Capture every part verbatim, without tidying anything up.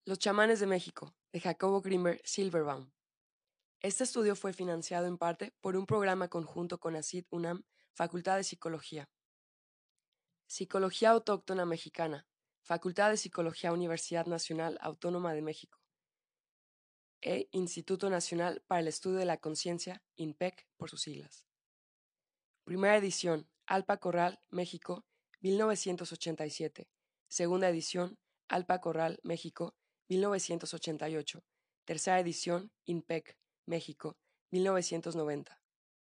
Los chamanes de México, de Jacobo Grimberg Silverbaum. Este estudio fue financiado en parte por un programa conjunto con ACID UNAM, Facultad de Psicología. Psicología Autóctona Mexicana, Facultad de Psicología Universidad Nacional Autónoma de México e Instituto Nacional para el Estudio de la Conciencia, INPEC por sus siglas. Primera edición, Alpa Corral, México, mil novecientos ochenta y siete. Segunda edición, Alpa Corral, México, mil novecientos ochenta y ocho. Tercera edición, INPEC, México, mil novecientos noventa.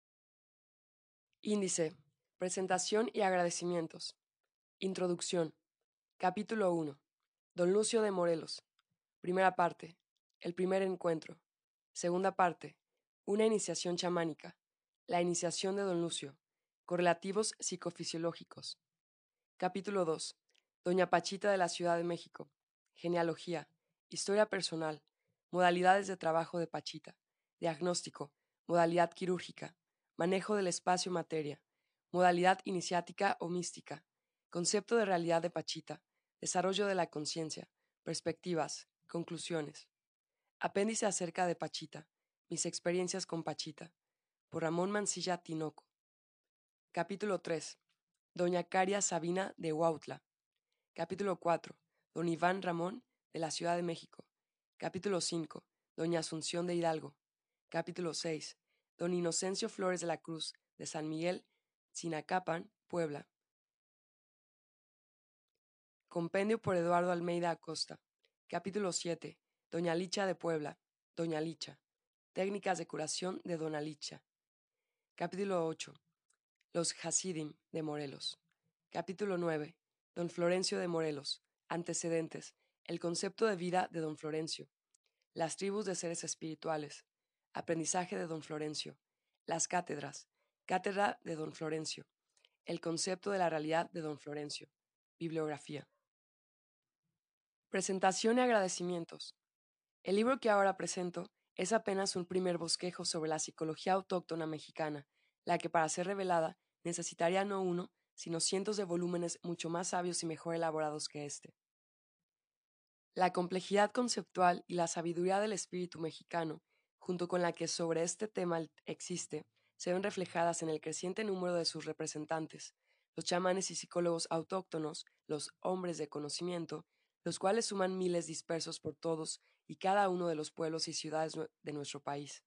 Índice, presentación y agradecimientos. Introducción. Capítulo uno. Don Lucio de Morelos. Primera parte. El primer encuentro. Segunda parte. Una iniciación chamánica. La iniciación de Don Lucio. Correlativos psicofisiológicos. Capítulo dos. Doña Pachita de la Ciudad de México. Genealogía. Historia personal. Modalidades de trabajo de Pachita. Diagnóstico. Modalidad quirúrgica. Manejo del espacio-materia. Modalidad iniciática o mística. Concepto de realidad de Pachita. Desarrollo de la conciencia. Perspectivas. Conclusiones. Apéndice acerca de Pachita. Mis experiencias con Pachita. Por Ramón Mancilla Tinoco. Capítulo tres. Doña Caria Sabina de Huautla. Capítulo cuatro. Don Iván Ramón de la Ciudad de México. Capítulo cinco. Doña Asunción de Hidalgo. Capítulo seis. Don Inocencio Flores de la Cruz de San Miguel, Chinacapan, Puebla. Compendio por Eduardo Almeida Acosta. Capítulo siete. Doña Licha de Puebla. Doña Licha. Técnicas de curación de Dona Licha. Capítulo ocho. Los Hasidim de Morelos. Capítulo nueve. Don Florencio de Morelos. Antecedentes. El concepto de vida de Don Florencio. Las tribus de seres espirituales. Aprendizaje de Don Florencio. Las cátedras. Cátedra de Don Florencio. El concepto de la realidad de Don Florencio. Bibliografía. Presentación y agradecimientos. El libro que ahora presento es apenas un primer bosquejo sobre la psicología autóctona mexicana, la que para ser revelada necesitaría no uno, sino cientos de volúmenes mucho más sabios y mejor elaborados que este. La complejidad conceptual y la sabiduría del espíritu mexicano, junto con la que sobre este tema existe, se ven reflejadas en el creciente número de sus representantes, los chamanes y psicólogos autóctonos, los hombres de conocimiento, los cuales suman miles dispersos por todos y cada uno de los pueblos y ciudades de nuestro país.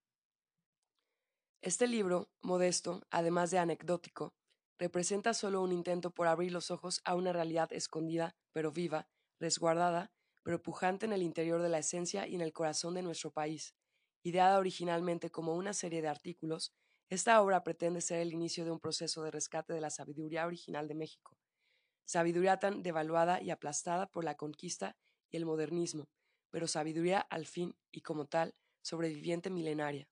Este libro, modesto, además de anecdótico, representa solo un intento por abrir los ojos a una realidad escondida, pero viva, resguardada, pero pujante en el interior de la esencia y en el corazón de nuestro país. Ideada originalmente como una serie de artículos, esta obra pretende ser el inicio de un proceso de rescate de la sabiduría original de México, sabiduría tan devaluada y aplastada por la conquista y el modernismo, pero sabiduría al fin y como tal, sobreviviente milenaria.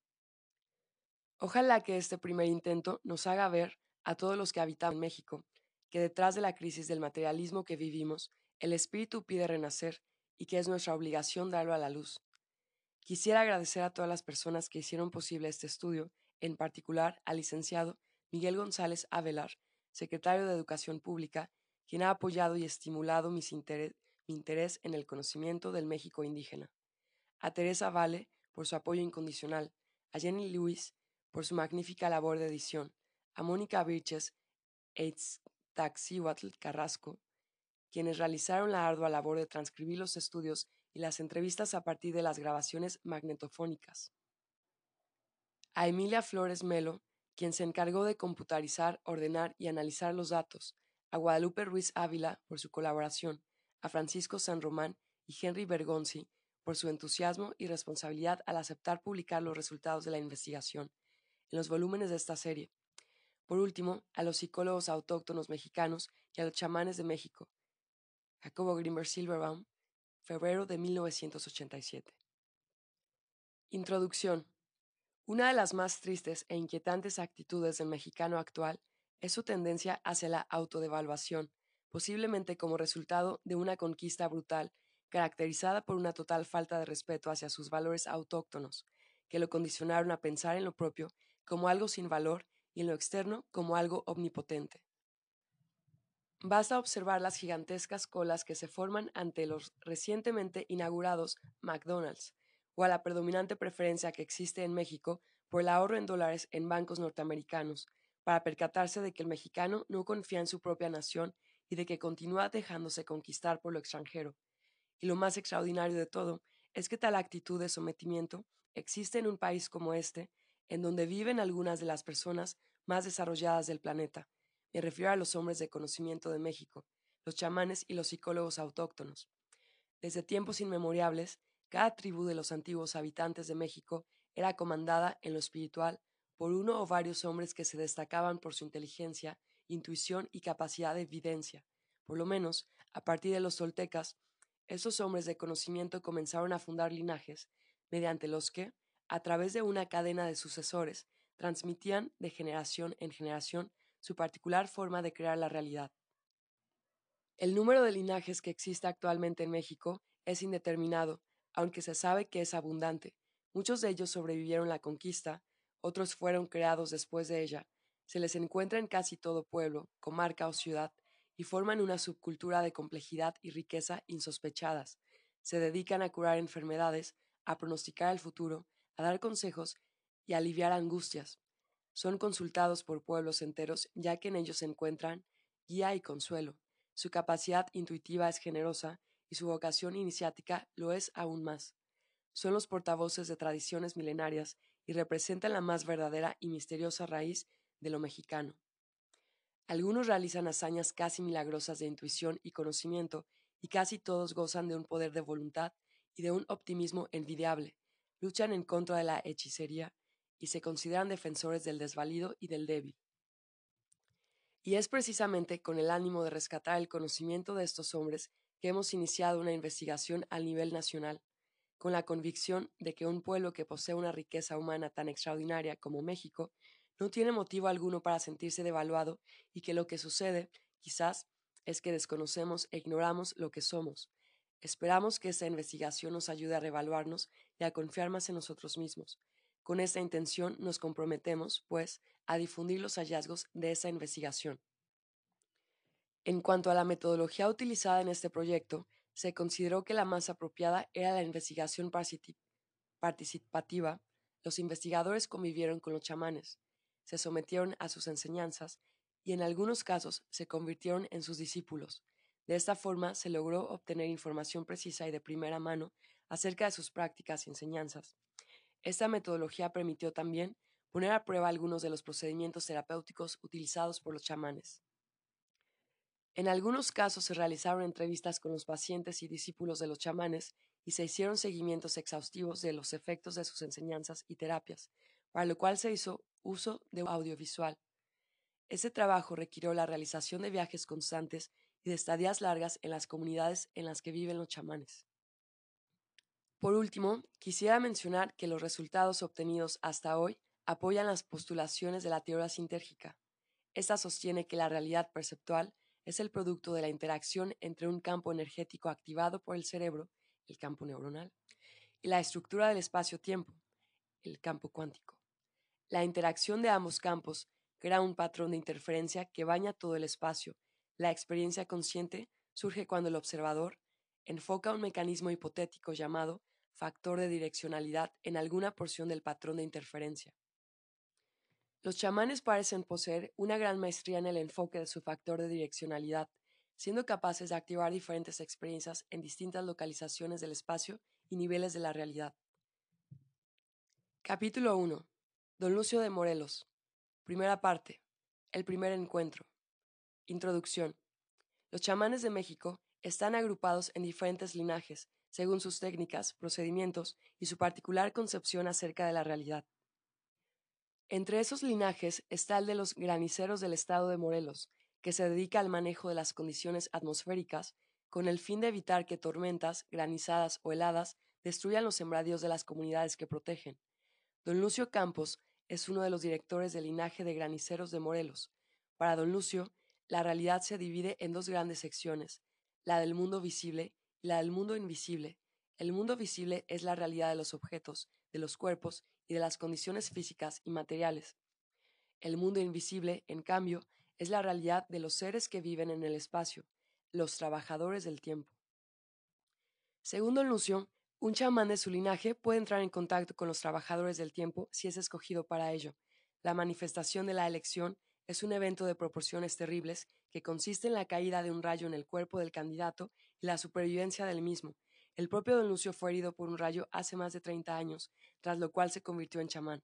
Ojalá que este primer intento nos haga ver a todos los que habitamos en México que detrás de la crisis del materialismo que vivimos, el espíritu pide renacer y que es nuestra obligación darlo a la luz. Quisiera agradecer a todas las personas que hicieron posible este estudio, en particular al licenciado Miguel González Avelar, secretario de Educación Pública, quien ha apoyado y estimulado mis interés, mi interés en el conocimiento del México indígena, a Teresa Vale por su apoyo incondicional, a Jenny Lewis por su magnífica labor de edición, a Mónica Virches e Itztaccíhuatl Carrasco, quienes realizaron la ardua labor de transcribir los estudios y las entrevistas a partir de las grabaciones magnetofónicas. A Emilia Flores Melo, quien se encargó de computarizar, ordenar y analizar los datos, a Guadalupe Ruiz Ávila por su colaboración, a Francisco San Román y Henry Bergonzi por su entusiasmo y responsabilidad al aceptar publicar los resultados de la investigación en los volúmenes de esta serie. Por último, a los psicólogos autóctonos mexicanos y a los chamanes de México. Jacobo Grimberg Silverbaum, febrero de mil novecientos ochenta y siete. Introducción. Una de las más tristes e inquietantes actitudes del mexicano actual es su tendencia hacia la autodevaluación, posiblemente como resultado de una conquista brutal caracterizada por una total falta de respeto hacia sus valores autóctonos, que lo condicionaron a pensar en lo propio como algo sin valor y en lo externo como algo omnipotente. Basta observar las gigantescas colas que se forman ante los recientemente inaugurados McDonald's o a la predominante preferencia que existe en México por el ahorro en dólares en bancos norteamericanos, para percatarse de que el mexicano no confía en su propia nación y de que continúa dejándose conquistar por lo extranjero. Y lo más extraordinario de todo es que tal actitud de sometimiento existe en un país como este, en donde viven algunas de las personas más desarrolladas del planeta. Me refiero a los hombres de conocimiento de México, los chamanes y los psicólogos autóctonos. Desde tiempos inmemorables, cada tribu de los antiguos habitantes de México era comandada en lo espiritual por uno o varios hombres que se destacaban por su inteligencia, intuición y capacidad de evidencia. Por lo menos, a partir de los toltecas, esos hombres de conocimiento comenzaron a fundar linajes, mediante los que, a través de una cadena de sucesores, transmitían de generación en generación su particular forma de crear la realidad. El número de linajes que existe actualmente en México es indeterminado, aunque se sabe que es abundante. Muchos de ellos sobrevivieron la conquista, otros fueron creados después de ella. Se les encuentra en casi todo pueblo, comarca o ciudad, y forman una subcultura de complejidad y riqueza insospechadas. Se dedican a curar enfermedades, a pronosticar el futuro, a dar consejos y a aliviar angustias. Son consultados por pueblos enteros, ya que en ellos se encuentran guía y consuelo. Su capacidad intuitiva es generosa y su vocación iniciática lo es aún más. Son los portavoces de tradiciones milenarias y representan la más verdadera y misteriosa raíz de lo mexicano. Algunos realizan hazañas casi milagrosas de intuición y conocimiento, y casi todos gozan de un poder de voluntad y de un optimismo envidiable. Luchan en contra de la hechicería y se consideran defensores del desvalido y del débil. Y es precisamente con el ánimo de rescatar el conocimiento de estos hombres que hemos iniciado una investigación al nivel nacional, con la convicción de que un pueblo que posee una riqueza humana tan extraordinaria como México no tiene motivo alguno para sentirse devaluado y que lo que sucede, quizás, es que desconocemos e ignoramos lo que somos. Esperamos que esta investigación nos ayude a revaluarnos y a confiar más en nosotros mismos. Con esta intención nos comprometemos, pues, a difundir los hallazgos de esa investigación. En cuanto a la metodología utilizada en este proyecto, se consideró que la más apropiada era la investigación participativa. Los investigadores convivieron con los chamanes, se sometieron a sus enseñanzas y en algunos casos se convirtieron en sus discípulos. De esta forma se logró obtener información precisa y de primera mano acerca de sus prácticas y enseñanzas. Esta metodología permitió también poner a prueba algunos de los procedimientos terapéuticos utilizados por los chamanes. En algunos casos se realizaron entrevistas con los pacientes y discípulos de los chamanes y se hicieron seguimientos exhaustivos de los efectos de sus enseñanzas y terapias, para lo cual se hizo uso de audiovisual. Ese trabajo requirió la realización de viajes constantes y de estadías largas en las comunidades en las que viven los chamanes. Por último, quisiera mencionar que los resultados obtenidos hasta hoy apoyan las postulaciones de la teoría sintérgica. Esta sostiene que la realidad perceptual es el producto de la interacción entre un campo energético activado por el cerebro, el campo neuronal, y la estructura del espacio-tiempo, el campo cuántico. La interacción de ambos campos crea un patrón de interferencia que baña todo el espacio. La experiencia consciente surge cuando el observador enfoca un mecanismo hipotético llamado factor de direccionalidad en alguna porción del patrón de interferencia. Los chamanes parecen poseer una gran maestría en el enfoque de su factor de direccionalidad, siendo capaces de activar diferentes experiencias en distintas localizaciones del espacio y niveles de la realidad. Capítulo uno. Don Lucio de Morelos. Primera parte. El primer encuentro. Introducción. Los chamanes de México están agrupados en diferentes linajes, según sus técnicas, procedimientos y su particular concepción acerca de la realidad. Entre esos linajes está el de los graniceros del estado de Morelos, que se dedica al manejo de las condiciones atmosféricas con el fin de evitar que tormentas, granizadas o heladas destruyan los sembradíos de las comunidades que protegen. Don Lucio Campos es uno de los directores del linaje de graniceros de Morelos. Para don Lucio, la realidad se divide en dos grandes secciones, la del mundo visible y la del mundo invisible. El mundo visible es la realidad de los objetos, de los cuerpos y de las condiciones físicas y materiales. El mundo invisible, en cambio, es la realidad de los seres que viven en el espacio, los trabajadores del tiempo. Según don Lucio, un chamán de su linaje puede entrar en contacto con los trabajadores del tiempo si es escogido para ello. La manifestación de la elección es un evento de proporciones terribles que consiste en la caída de un rayo en el cuerpo del candidato y la supervivencia del mismo. El propio don Lucio fue herido por un rayo hace más de treinta años, tras lo cual se convirtió en chamán.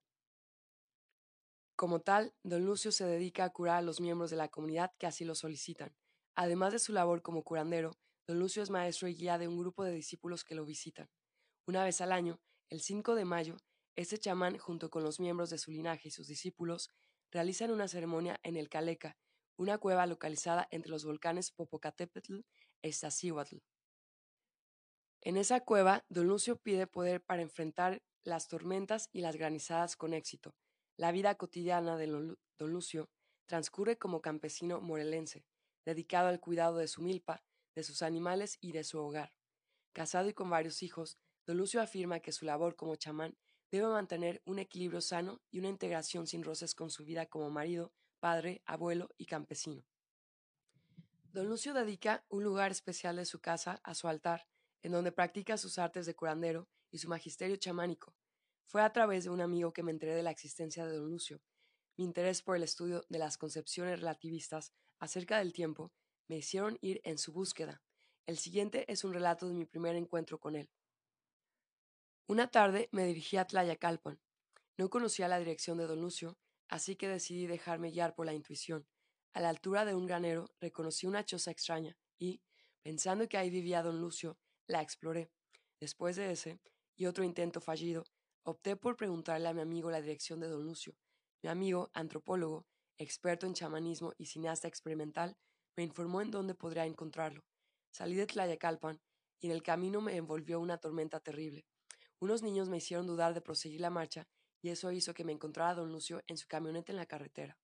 Como tal, don Lucio se dedica a curar a los miembros de la comunidad que así lo solicitan. Además de su labor como curandero, don Lucio es maestro y guía de un grupo de discípulos que lo visitan. Una vez al año, el cinco de mayo, este chamán, junto con los miembros de su linaje y sus discípulos, realizan una ceremonia en el Caleca, una cueva localizada entre los volcanes Popocatépetl e Iztaccíhuatl. En esa cueva, don Lucio pide poder para enfrentar las tormentas y las granizadas con éxito. La vida cotidiana de don Lucio transcurre como campesino morelense, dedicado al cuidado de su milpa, de sus animales y de su hogar. Casado y con varios hijos, don Lucio afirma que su labor como chamán debe mantener un equilibrio sano y una integración sin roces con su vida como marido, padre, abuelo y campesino. Don Lucio dedica un lugar especial de su casa a su altar, en donde practica sus artes de curandero y su magisterio chamánico. Fue a través de un amigo que me enteré de la existencia de don Lucio. Mi interés por el estudio de las concepciones relativistas acerca del tiempo me hicieron ir en su búsqueda. El siguiente es un relato de mi primer encuentro con él. Una tarde me dirigí a Tlayacalpan. No conocía la dirección de don Lucio, así que decidí dejarme guiar por la intuición. A la altura de un granero reconocí una choza extraña y, pensando que ahí vivía don Lucio, la exploré. Después de ese y otro intento fallido, opté por preguntarle a mi amigo la dirección de don Lucio. Mi amigo, antropólogo, experto en chamanismo y cineasta experimental, me informó en dónde podría encontrarlo. Salí de Tlayacalpan y en el camino me envolvió una tormenta terrible. Unos niños me hicieron dudar de proseguir la marcha y eso hizo que me encontrara a don Lucio en su camioneta en la carretera.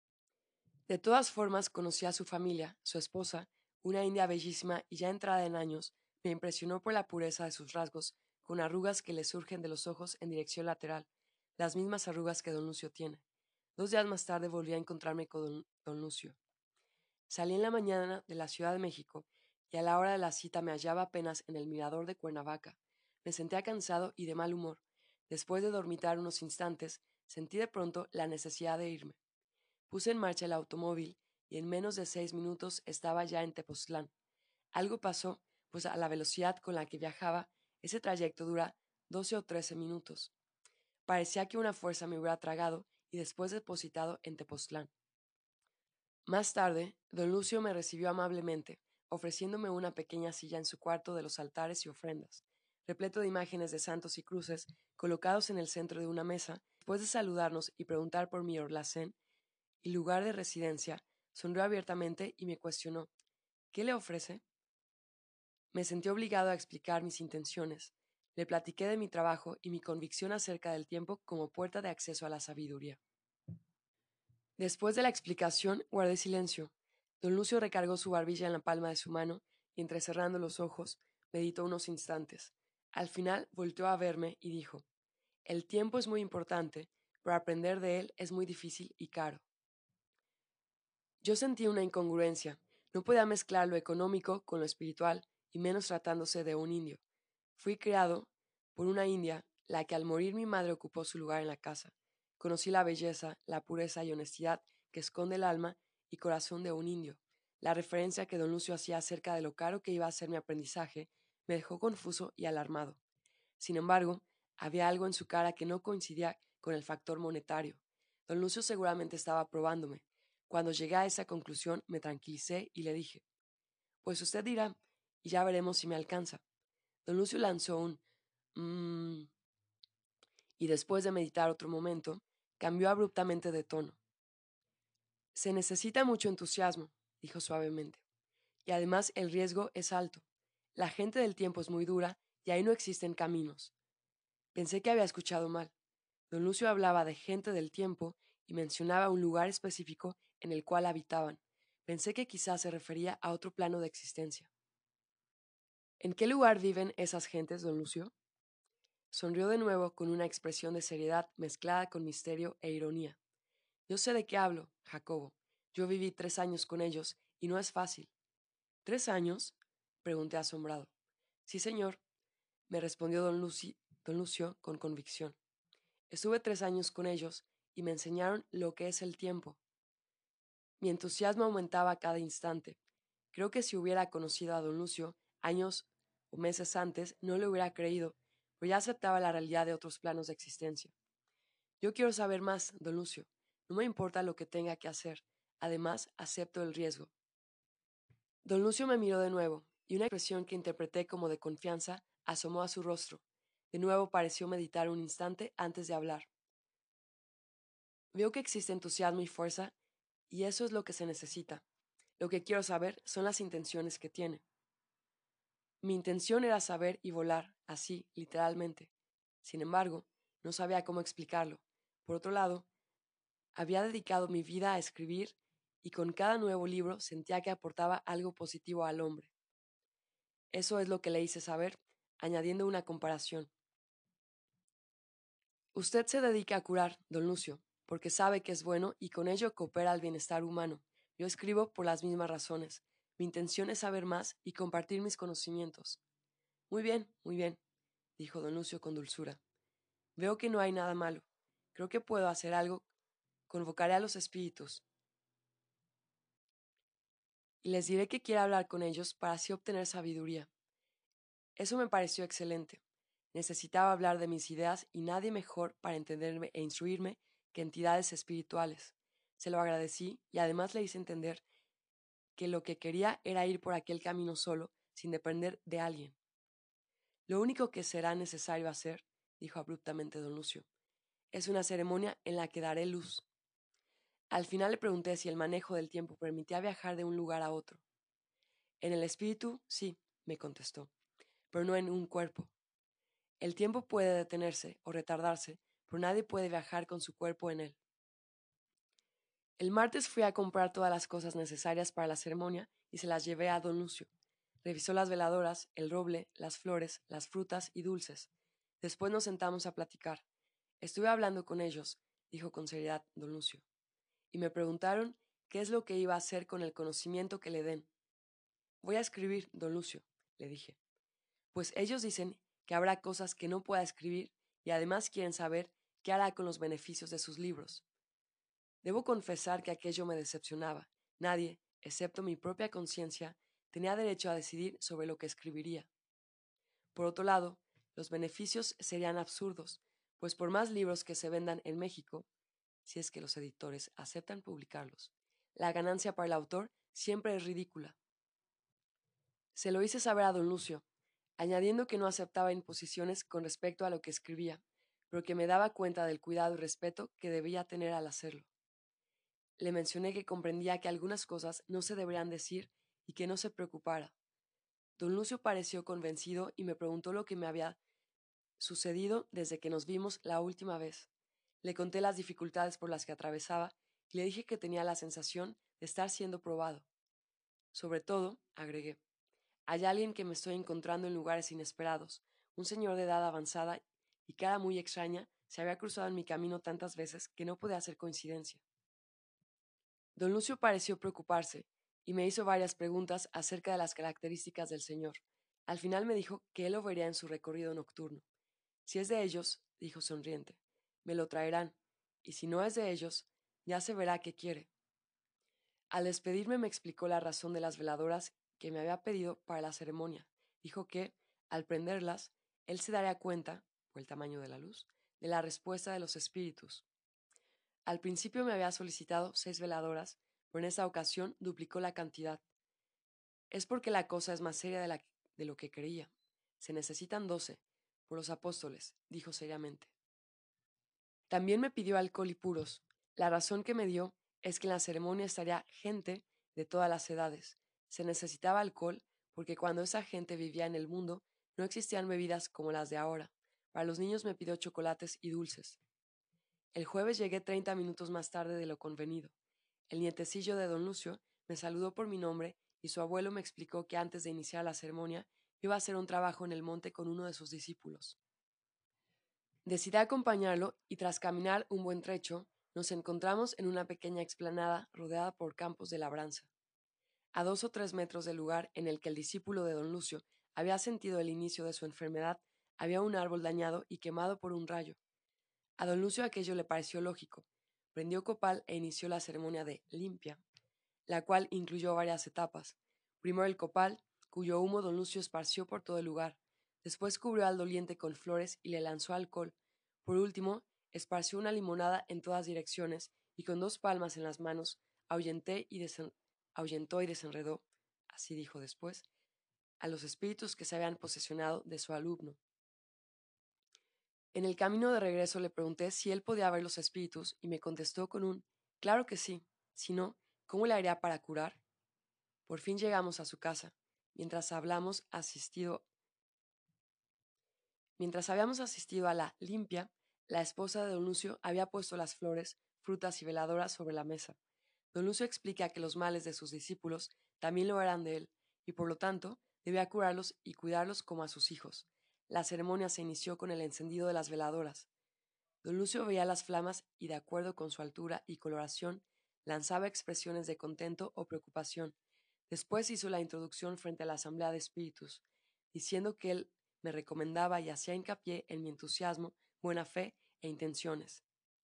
De todas formas, conocí a su familia, su esposa, una india bellísima y ya entrada en años, me impresionó por la pureza de sus rasgos, con arrugas que le surgen de los ojos en dirección lateral, las mismas arrugas que don Lucio tiene. Dos días más tarde volví a encontrarme con don, don Lucio. Salí en la mañana de la Ciudad de México y a la hora de la cita me hallaba apenas en el mirador de Cuernavaca. Me sentía cansado y de mal humor. Después de dormitar unos instantes, sentí de pronto la necesidad de irme. Puse en marcha el automóvil y en menos de seis minutos estaba ya en Tepoztlán. Algo pasó, pues a la velocidad con la que viajaba, ese trayecto dura doce o trece minutos. Parecía que una fuerza me hubiera tragado y después depositado en Tepoztlán. Más tarde, don Lucio me recibió amablemente, ofreciéndome una pequeña silla en su cuarto de los altares y ofrendas, repleto de imágenes de santos y cruces, colocados en el centro de una mesa. Después de saludarnos y preguntar por mi orlacén y lugar de residencia, sonrió abiertamente y me cuestionó: ¿qué le ofrece? Me sentí obligado a explicar mis intenciones. Le platiqué de mi trabajo y mi convicción acerca del tiempo como puerta de acceso a la sabiduría. Después de la explicación, guardé silencio. Don Lucio recargó su barbilla en la palma de su mano y, entrecerrando los ojos, meditó unos instantes. Al final volteó a verme y dijo: el tiempo es muy importante, pero aprender de él es muy difícil y caro. Yo sentí una incongruencia. No podía mezclar lo económico con lo espiritual, y menos tratándose de un indio. Fui criado por una india, la que al morir mi madre ocupó su lugar en la casa. Conocí la belleza, la pureza y honestidad que esconde el alma y corazón de un indio. La referencia que don Lucio hacía acerca de lo caro que iba a ser mi aprendizaje me dejó confuso y alarmado. Sin embargo, había algo en su cara que no coincidía con el factor monetario. Don Lucio seguramente estaba probándome. Cuando llegué a esa conclusión me tranquilicé y le dije: pues usted dirá, y ya veremos si me alcanza. Don Lucio lanzó un mmm y después de meditar otro momento, cambió abruptamente de tono. Se necesita mucho entusiasmo, dijo suavemente, y además el riesgo es alto. La gente del tiempo es muy dura y ahí no existen caminos. Pensé que había escuchado mal. Don Lucio hablaba de gente del tiempo y mencionaba un lugar específico en el cual habitaban. Pensé que quizás se refería a otro plano de existencia. ¿En qué lugar viven esas gentes, don Lucio? Sonrió de nuevo con una expresión de seriedad mezclada con misterio e ironía. Yo sé de qué hablo, Jacobo. Yo viví tres años con ellos y no es fácil. ¿Tres años? Pregunté asombrado. Sí, señor, me respondió don, Lucy, don Lucio con convicción. Estuve tres años con ellos y me enseñaron lo que es el tiempo. Mi entusiasmo aumentaba a cada instante. Creo que si hubiera conocido a don Lucio años o meses antes, no le hubiera creído, pero ya aceptaba la realidad de otros planos de existencia. Yo quiero saber más, don Lucio. No me importa lo que tenga que hacer. Además, acepto el riesgo. Don Lucio me miró de nuevo, y una expresión que interpreté como de confianza asomó a su rostro. De nuevo pareció meditar un instante antes de hablar. Veo que existe entusiasmo y fuerza, y eso es lo que se necesita. Lo que quiero saber son las intenciones que tiene. Mi intención era saber y volar, así, literalmente. Sin embargo, no sabía cómo explicarlo. Por otro lado, había dedicado mi vida a escribir y con cada nuevo libro sentía que aportaba algo positivo al hombre. Eso es lo que le hice saber, añadiendo una comparación. Usted se dedica a curar, don Lucio, porque sabe que es bueno y con ello coopera al bienestar humano. Yo escribo por las mismas razones. Mi intención es saber más y compartir mis conocimientos. Muy bien, muy bien, dijo don Lucio con dulzura. Veo que no hay nada malo. Creo que puedo hacer algo. Convocaré a los espíritus. Y les diré que quiero hablar con ellos para así obtener sabiduría. Eso me pareció excelente. Necesitaba hablar de mis ideas y nadie mejor para entenderme e instruirme que entidades espirituales. Se lo agradecí y además le hice entender que lo que quería era ir por aquel camino solo, sin depender de alguien. Lo único que será necesario hacer, dijo abruptamente don Lucio, es una ceremonia en la que daré luz. Al final le pregunté si el manejo del tiempo permitía viajar de un lugar a otro. En el espíritu, sí, me contestó, pero no en un cuerpo. El tiempo puede detenerse o retardarse, pero nadie puede viajar con su cuerpo en él. El martes fui a comprar todas las cosas necesarias para la ceremonia y se las llevé a don Lucio. Revisó las veladoras, el roble, las flores, las frutas y dulces. Después nos sentamos a platicar. Estuve hablando con ellos, dijo con seriedad don Lucio, y me preguntaron qué es lo que iba a hacer con el conocimiento que le den. Voy a escribir, don Lucio, le dije. Pues ellos dicen que habrá cosas que no pueda escribir y además quieren saber qué hará con los beneficios de sus libros. Debo confesar que aquello me decepcionaba. Nadie, excepto mi propia conciencia, tenía derecho a decidir sobre lo que escribiría. Por otro lado, los beneficios serían absurdos, pues por más libros que se vendan en México, si es que los editores aceptan publicarlos, la ganancia para el autor siempre es ridícula. Se lo hice saber a don Lucio, añadiendo que no aceptaba imposiciones con respecto a lo que escribía, pero que me daba cuenta del cuidado y respeto que debía tener al hacerlo. Le mencioné que comprendía que algunas cosas no se deberían decir y que no se preocupara. Don Lucio pareció convencido y me preguntó lo que me había sucedido desde que nos vimos la última vez. Le conté las dificultades por las que atravesaba y le dije que tenía la sensación de estar siendo probado. Sobre todo, agregué, hay alguien que me estoy encontrando en lugares inesperados. Un señor de edad avanzada y cara muy extraña se había cruzado en mi camino tantas veces que no podía ser coincidencia. Don Lucio pareció preocuparse y me hizo varias preguntas acerca de las características del señor. Al final me dijo que él lo vería en su recorrido nocturno. Si es de ellos, dijo sonriente, me lo traerán, y si no es de ellos, ya se verá qué quiere. Al despedirme me explicó la razón de las veladoras que me había pedido para la ceremonia. Dijo que, al prenderlas, él se daría cuenta, por el tamaño de la luz, de la respuesta de los espíritus. Al principio me había solicitado seis veladoras, pero en esta ocasión duplicó la cantidad. Es porque la cosa es más seria de, la, de lo que creía. Se necesitan doce, por los apóstoles, dijo seriamente. También me pidió alcohol y puros. La razón que me dio es que en la ceremonia estaría gente de todas las edades. Se necesitaba alcohol porque cuando esa gente vivía en el mundo no existían bebidas como las de ahora. Para los niños me pidió chocolates y dulces. El jueves llegué treinta minutos más tarde de lo convenido. El nietecillo de don Lucio me saludó por mi nombre y su abuelo me explicó que antes de iniciar la ceremonia iba a hacer un trabajo en el monte con uno de sus discípulos. Decidí acompañarlo y tras caminar un buen trecho Nos encontramos en una pequeña explanada rodeada por campos de labranza. A dos o tres metros del lugar en el que el discípulo de don Lucio había sentido el inicio de su enfermedad, había un árbol dañado y quemado por un rayo. A don Lucio aquello le pareció lógico. Prendió copal e inició la ceremonia de limpia, la cual incluyó varias etapas. Primero el copal, cuyo humo don Lucio esparció por todo el lugar. Después cubrió al doliente con flores y le lanzó alcohol. Por último, esparció una limonada en todas direcciones y con dos palmas en las manos ahuyenté y desen- ahuyentó y desenredó, así dijo después, a los espíritus que se habían posesionado de su alumno. En el camino de regreso le pregunté si él podía ver los espíritus y me contestó con un claro que sí, si no, ¿cómo le haría para curar? Por fin llegamos a su casa. Mientras hablamos asistido Mientras habíamos asistido a la limpia, la esposa de don Lucio había puesto las flores, frutas y veladoras sobre la mesa. Don Lucio explica que los males de sus discípulos también lo eran de él, y por lo tanto debía curarlos y cuidarlos como a sus hijos. La ceremonia se inició con el encendido de las veladoras. Don Lucio veía las flamas y, de acuerdo con su altura y coloración, lanzaba expresiones de contento o preocupación. Después hizo la introducción frente a la asamblea de espíritus, diciendo que él me recomendaba y hacía hincapié en mi entusiasmo, buena fe e intenciones.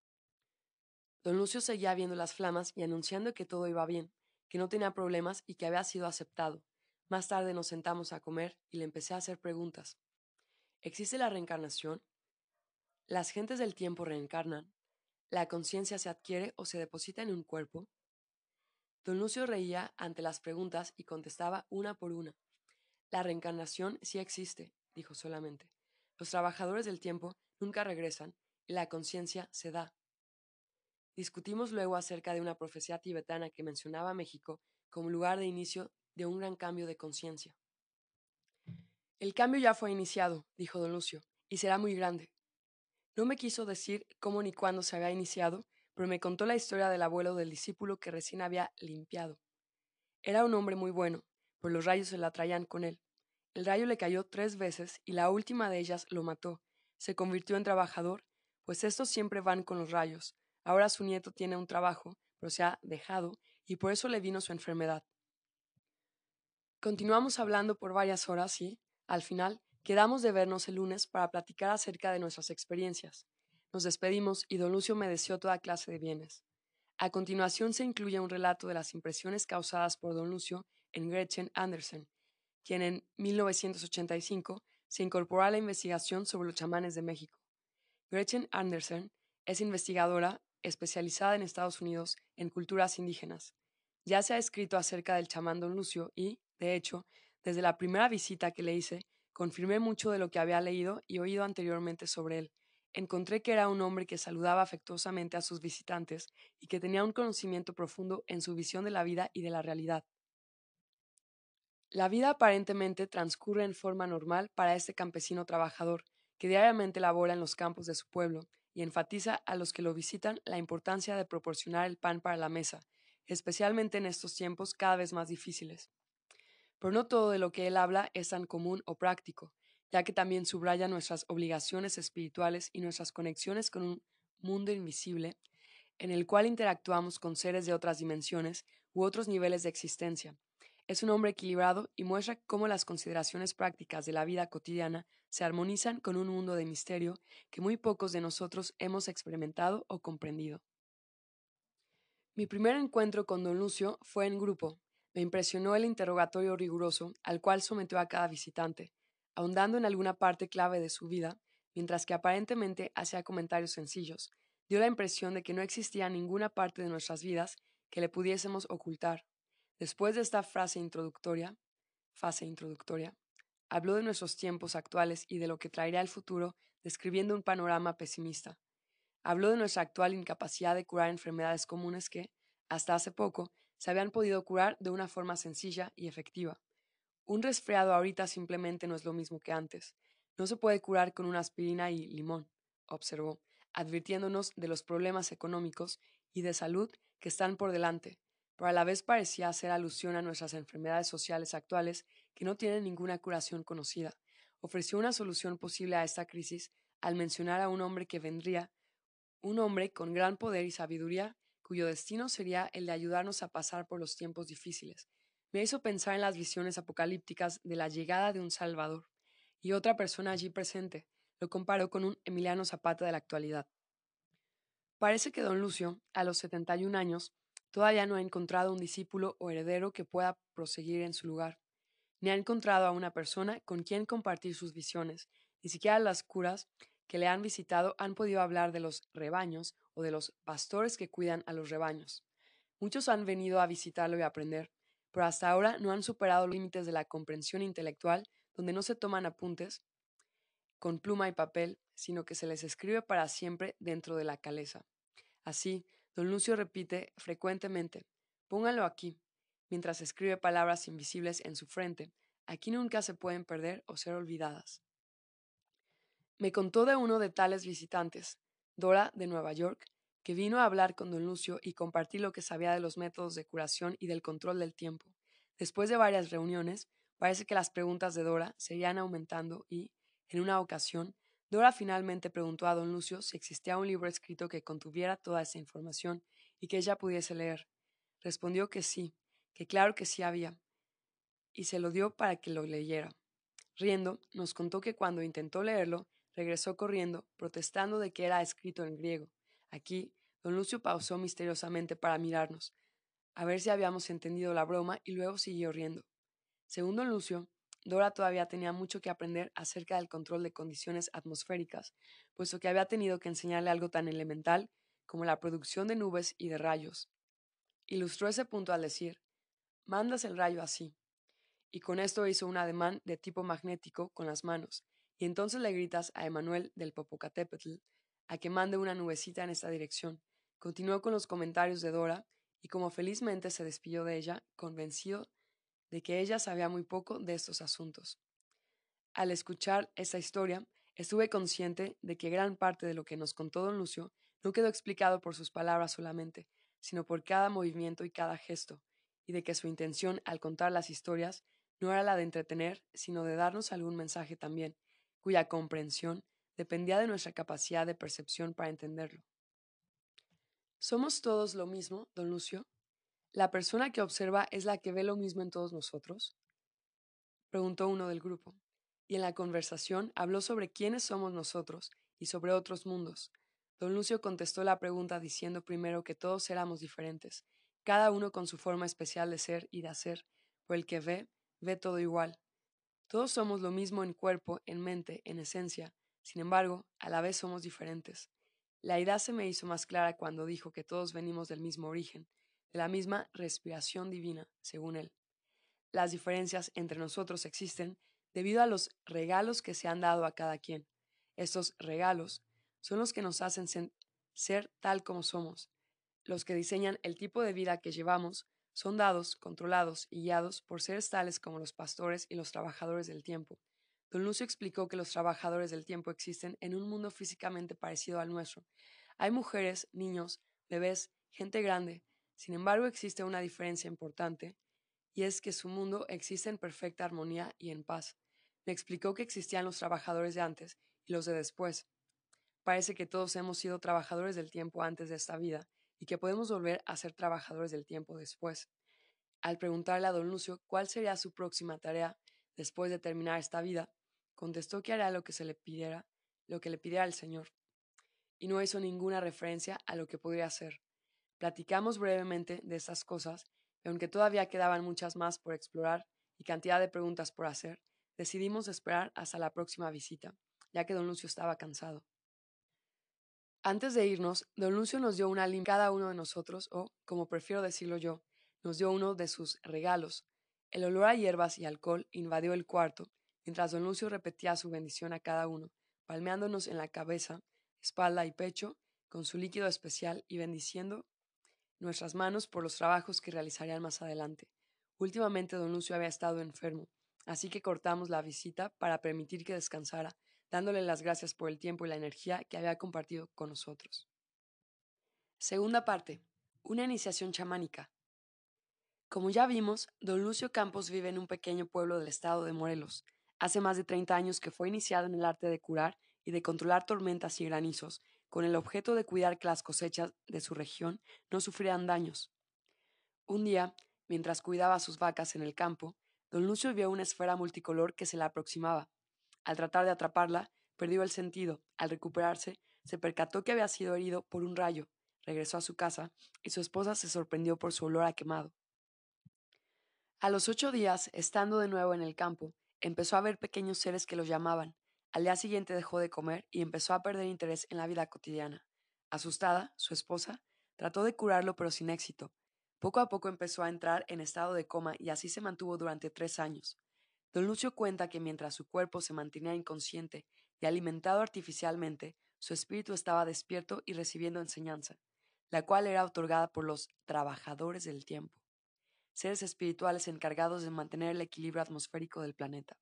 Don Lucio seguía viendo las flamas y anunciando que todo iba bien, que no tenía problemas y que había sido aceptado. Más tarde nos sentamos a comer y le empecé a hacer preguntas. ¿Existe la reencarnación? ¿Las gentes del tiempo reencarnan? ¿La conciencia se adquiere o se deposita en un cuerpo? Don Lucio reía ante las preguntas y contestaba una por una. La reencarnación sí existe, dijo solamente. Los trabajadores del tiempo nunca regresan y la conciencia se da. Discutimos luego acerca de una profecía tibetana que mencionaba a México como lugar de inicio de un gran cambio de conciencia. El cambio ya fue iniciado, dijo don Lucio, y será muy grande. No me quiso decir cómo ni cuándo se había iniciado, pero me contó la historia del abuelo del discípulo que recién había limpiado. Era un hombre muy bueno, pues los rayos se la traían con él. El rayo le cayó tres veces y la última de ellas lo mató. Se convirtió en trabajador, pues estos siempre van con los rayos. Ahora su nieto tiene un trabajo, pero se ha dejado, y por eso le vino su enfermedad. Continuamos hablando por varias horas y, al final, quedamos de vernos el lunes para platicar acerca de nuestras experiencias. Nos despedimos y don Lucio me deseó toda clase de bienes. A continuación se incluye un relato de las impresiones causadas por don Lucio en Gretchen Andersen, quien en mil novecientos ochenta y cinco se incorporó a la investigación sobre los chamanes de México. Gretchen Andersen es investigadora especializada en Estados Unidos en culturas indígenas. Ya se ha escrito acerca del chamán don Lucio y, de hecho, desde la primera visita que le hice, confirmé mucho de lo que había leído y oído anteriormente sobre él. Encontré que era un hombre que saludaba afectuosamente a sus visitantes y que tenía un conocimiento profundo en su visión de la vida y de la realidad. La vida aparentemente transcurre en forma normal para este campesino trabajador, que diariamente labora en los campos de su pueblo y enfatiza a los que lo visitan la importancia de proporcionar el pan para la mesa, especialmente en estos tiempos cada vez más difíciles. Pero no todo de lo que él habla es tan común o práctico, ya que también subraya nuestras obligaciones espirituales y nuestras conexiones con un mundo invisible en el cual interactuamos con seres de otras dimensiones u otros niveles de existencia. Es un hombre equilibrado y muestra cómo las consideraciones prácticas de la vida cotidiana se armonizan con un mundo de misterio que muy pocos de nosotros hemos experimentado o comprendido. Mi primer encuentro con don Lucio fue en grupo. Me impresionó el interrogatorio riguroso al cual sometió a cada visitante, ahondando en alguna parte clave de su vida, mientras que aparentemente hacía comentarios sencillos. Dio la impresión de que no existía ninguna parte de nuestras vidas que le pudiésemos ocultar. Después de esta frase introductoria, fase introductoria, habló de nuestros tiempos actuales y de lo que traería el futuro, describiendo un panorama pesimista. Habló de nuestra actual incapacidad de curar enfermedades comunes que, hasta hace poco, se habían podido curar de una forma sencilla y efectiva. Un resfriado ahorita simplemente no es lo mismo que antes. No se puede curar con una aspirina y limón, observó, advirtiéndonos de los problemas económicos y de salud que están por delante, pero a la vez parecía hacer alusión a nuestras enfermedades sociales actuales que no tienen ninguna curación conocida. Ofreció una solución posible a esta crisis al mencionar a un hombre que vendría un hombre con gran poder y sabiduría, cuyo destino sería el de ayudarnos a pasar por los tiempos difíciles. Me hizo pensar en las visiones apocalípticas de la llegada de un Salvador, y otra persona allí presente lo comparó con un Emiliano Zapata de la actualidad. Parece que don Lucio, a los setenta y un años, todavía no ha encontrado un discípulo o heredero que pueda proseguir en su lugar, ni ha encontrado a una persona con quien compartir sus visiones. Ni siquiera las curas que le han visitado han podido hablar de los rebaños o de los pastores que cuidan a los rebaños. Muchos han venido a visitarlo y a aprender, pero hasta ahora no han superado los límites de la comprensión intelectual, donde no se toman apuntes con pluma y papel, sino que se les escribe para siempre dentro de la cabeza. Así, don Lucio repite frecuentemente: pónganlo aquí, mientras escribe palabras invisibles en su frente. Aquí nunca se pueden perder o ser olvidadas. Me contó de uno de tales visitantes, Dora de Nueva York, que vino a hablar con don Lucio y compartir lo que sabía de los métodos de curación y del control del tiempo. Después de varias reuniones, parece que las preguntas de Dora seguían aumentando y, en una ocasión, Dora finalmente preguntó a don Lucio si existía un libro escrito que contuviera toda esa información y que ella pudiese leer. Respondió que sí, que claro que sí había, y se lo dio para que lo leyera. Riendo, nos contó que cuando intentó leerlo, regresó corriendo, protestando de que era escrito en griego. Aquí, don Lucio pausó misteriosamente para mirarnos, a ver si habíamos entendido la broma, y luego siguió riendo. Según don Lucio, Dora todavía tenía mucho que aprender acerca del control de condiciones atmosféricas, puesto que había tenido que enseñarle algo tan elemental como la producción de nubes y de rayos. Ilustró ese punto al decir: mandas el rayo así. Y con esto hizo un ademán de tipo magnético con las manos, y entonces le gritas a Emanuel del Popocatépetl a que mande una nubecita en esta dirección. Continuó con los comentarios de Dora, y como felizmente se despidió de ella, convencido de que ella sabía muy poco de estos asuntos. Al escuchar esta historia, estuve consciente de que gran parte de lo que nos contó don Lucio no quedó explicado por sus palabras solamente, sino por cada movimiento y cada gesto, y de que su intención al contar las historias no era la de entretener, sino de darnos algún mensaje también, cuya comprensión dependía de nuestra capacidad de percepción para entenderlo. ¿Somos todos lo mismo, don Lucio? ¿La persona que observa es la que ve lo mismo en todos nosotros?, preguntó uno del grupo, y en la conversación habló sobre quiénes somos nosotros y sobre otros mundos. Don Lucio contestó la pregunta diciendo primero que todos éramos diferentes, cada uno con su forma especial de ser y de hacer, por el que ve, ve todo igual. Todos somos lo mismo en cuerpo, en mente, en esencia, sin embargo, a la vez somos diferentes. La idea se me hizo más clara cuando dijo que todos venimos del mismo origen, de la misma respiración divina, según él. Las diferencias entre nosotros existen debido a los regalos que se han dado a cada quien. Estos regalos son los que nos hacen ser tal como somos. Los que diseñan el tipo de vida que llevamos son dados, controlados y guiados por seres tales como los pastores y los trabajadores del tiempo. Don Lucio explicó que los trabajadores del tiempo existen en un mundo físicamente parecido al nuestro. Hay mujeres, niños, bebés, gente grande. Sin embargo, existe una diferencia importante, y es que su mundo existe en perfecta armonía y en paz. Me explicó que existían los trabajadores de antes y los de después. Parece que todos hemos sido trabajadores del tiempo antes de esta vida y que podemos volver a ser trabajadores del tiempo después. Al preguntarle a don Lucio cuál sería su próxima tarea después de terminar esta vida, contestó que haría lo que se le pidiera, lo que le pidiera el Señor, y no hizo ninguna referencia a lo que podría hacer. Platicamos brevemente de estas cosas, y aunque todavía quedaban muchas más por explorar y cantidad de preguntas por hacer, decidimos esperar hasta la próxima visita, ya que don Lucio estaba cansado. Antes de irnos, don Lucio nos dio una limpia cada uno de nosotros, o, como prefiero decirlo yo, nos dio uno de sus regalos. El olor a hierbas y alcohol invadió el cuarto, mientras don Lucio repetía su bendición a cada uno, palmeándonos en la cabeza, espalda y pecho con su líquido especial y bendiciendo nuestras manos por los trabajos que realizarían más adelante. Últimamente don Lucio había estado enfermo, así que cortamos la visita para permitir que descansara, dándole las gracias por el tiempo y la energía que había compartido con nosotros. Segunda parte. Una iniciación chamánica. Como ya vimos, don Lucio Campos vive en un pequeño pueblo del estado de Morelos. Hace más de treinta años que fue iniciado en el arte de curar y de controlar tormentas y granizos, con el objeto de cuidar que las cosechas de su región no sufrieran daños. Un día, mientras cuidaba a sus vacas en el campo, don Lucio vio una esfera multicolor que se le aproximaba. Al tratar de atraparla, perdió el sentido. Al recuperarse, se percató que había sido herido por un rayo. Regresó a su casa y su esposa se sorprendió por su olor a quemado. A los ocho días, estando de nuevo en el campo, empezó a ver pequeños seres que lo llamaban. Al día siguiente dejó de comer y empezó a perder interés en la vida cotidiana. Asustada, su esposa trató de curarlo pero sin éxito. Poco a poco empezó a entrar en estado de coma y así se mantuvo durante tres años. Don Lucio cuenta que mientras su cuerpo se mantenía inconsciente y alimentado artificialmente, su espíritu estaba despierto y recibiendo enseñanza, la cual era otorgada por los trabajadores del tiempo, seres espirituales encargados de mantener el equilibrio atmosférico del planeta.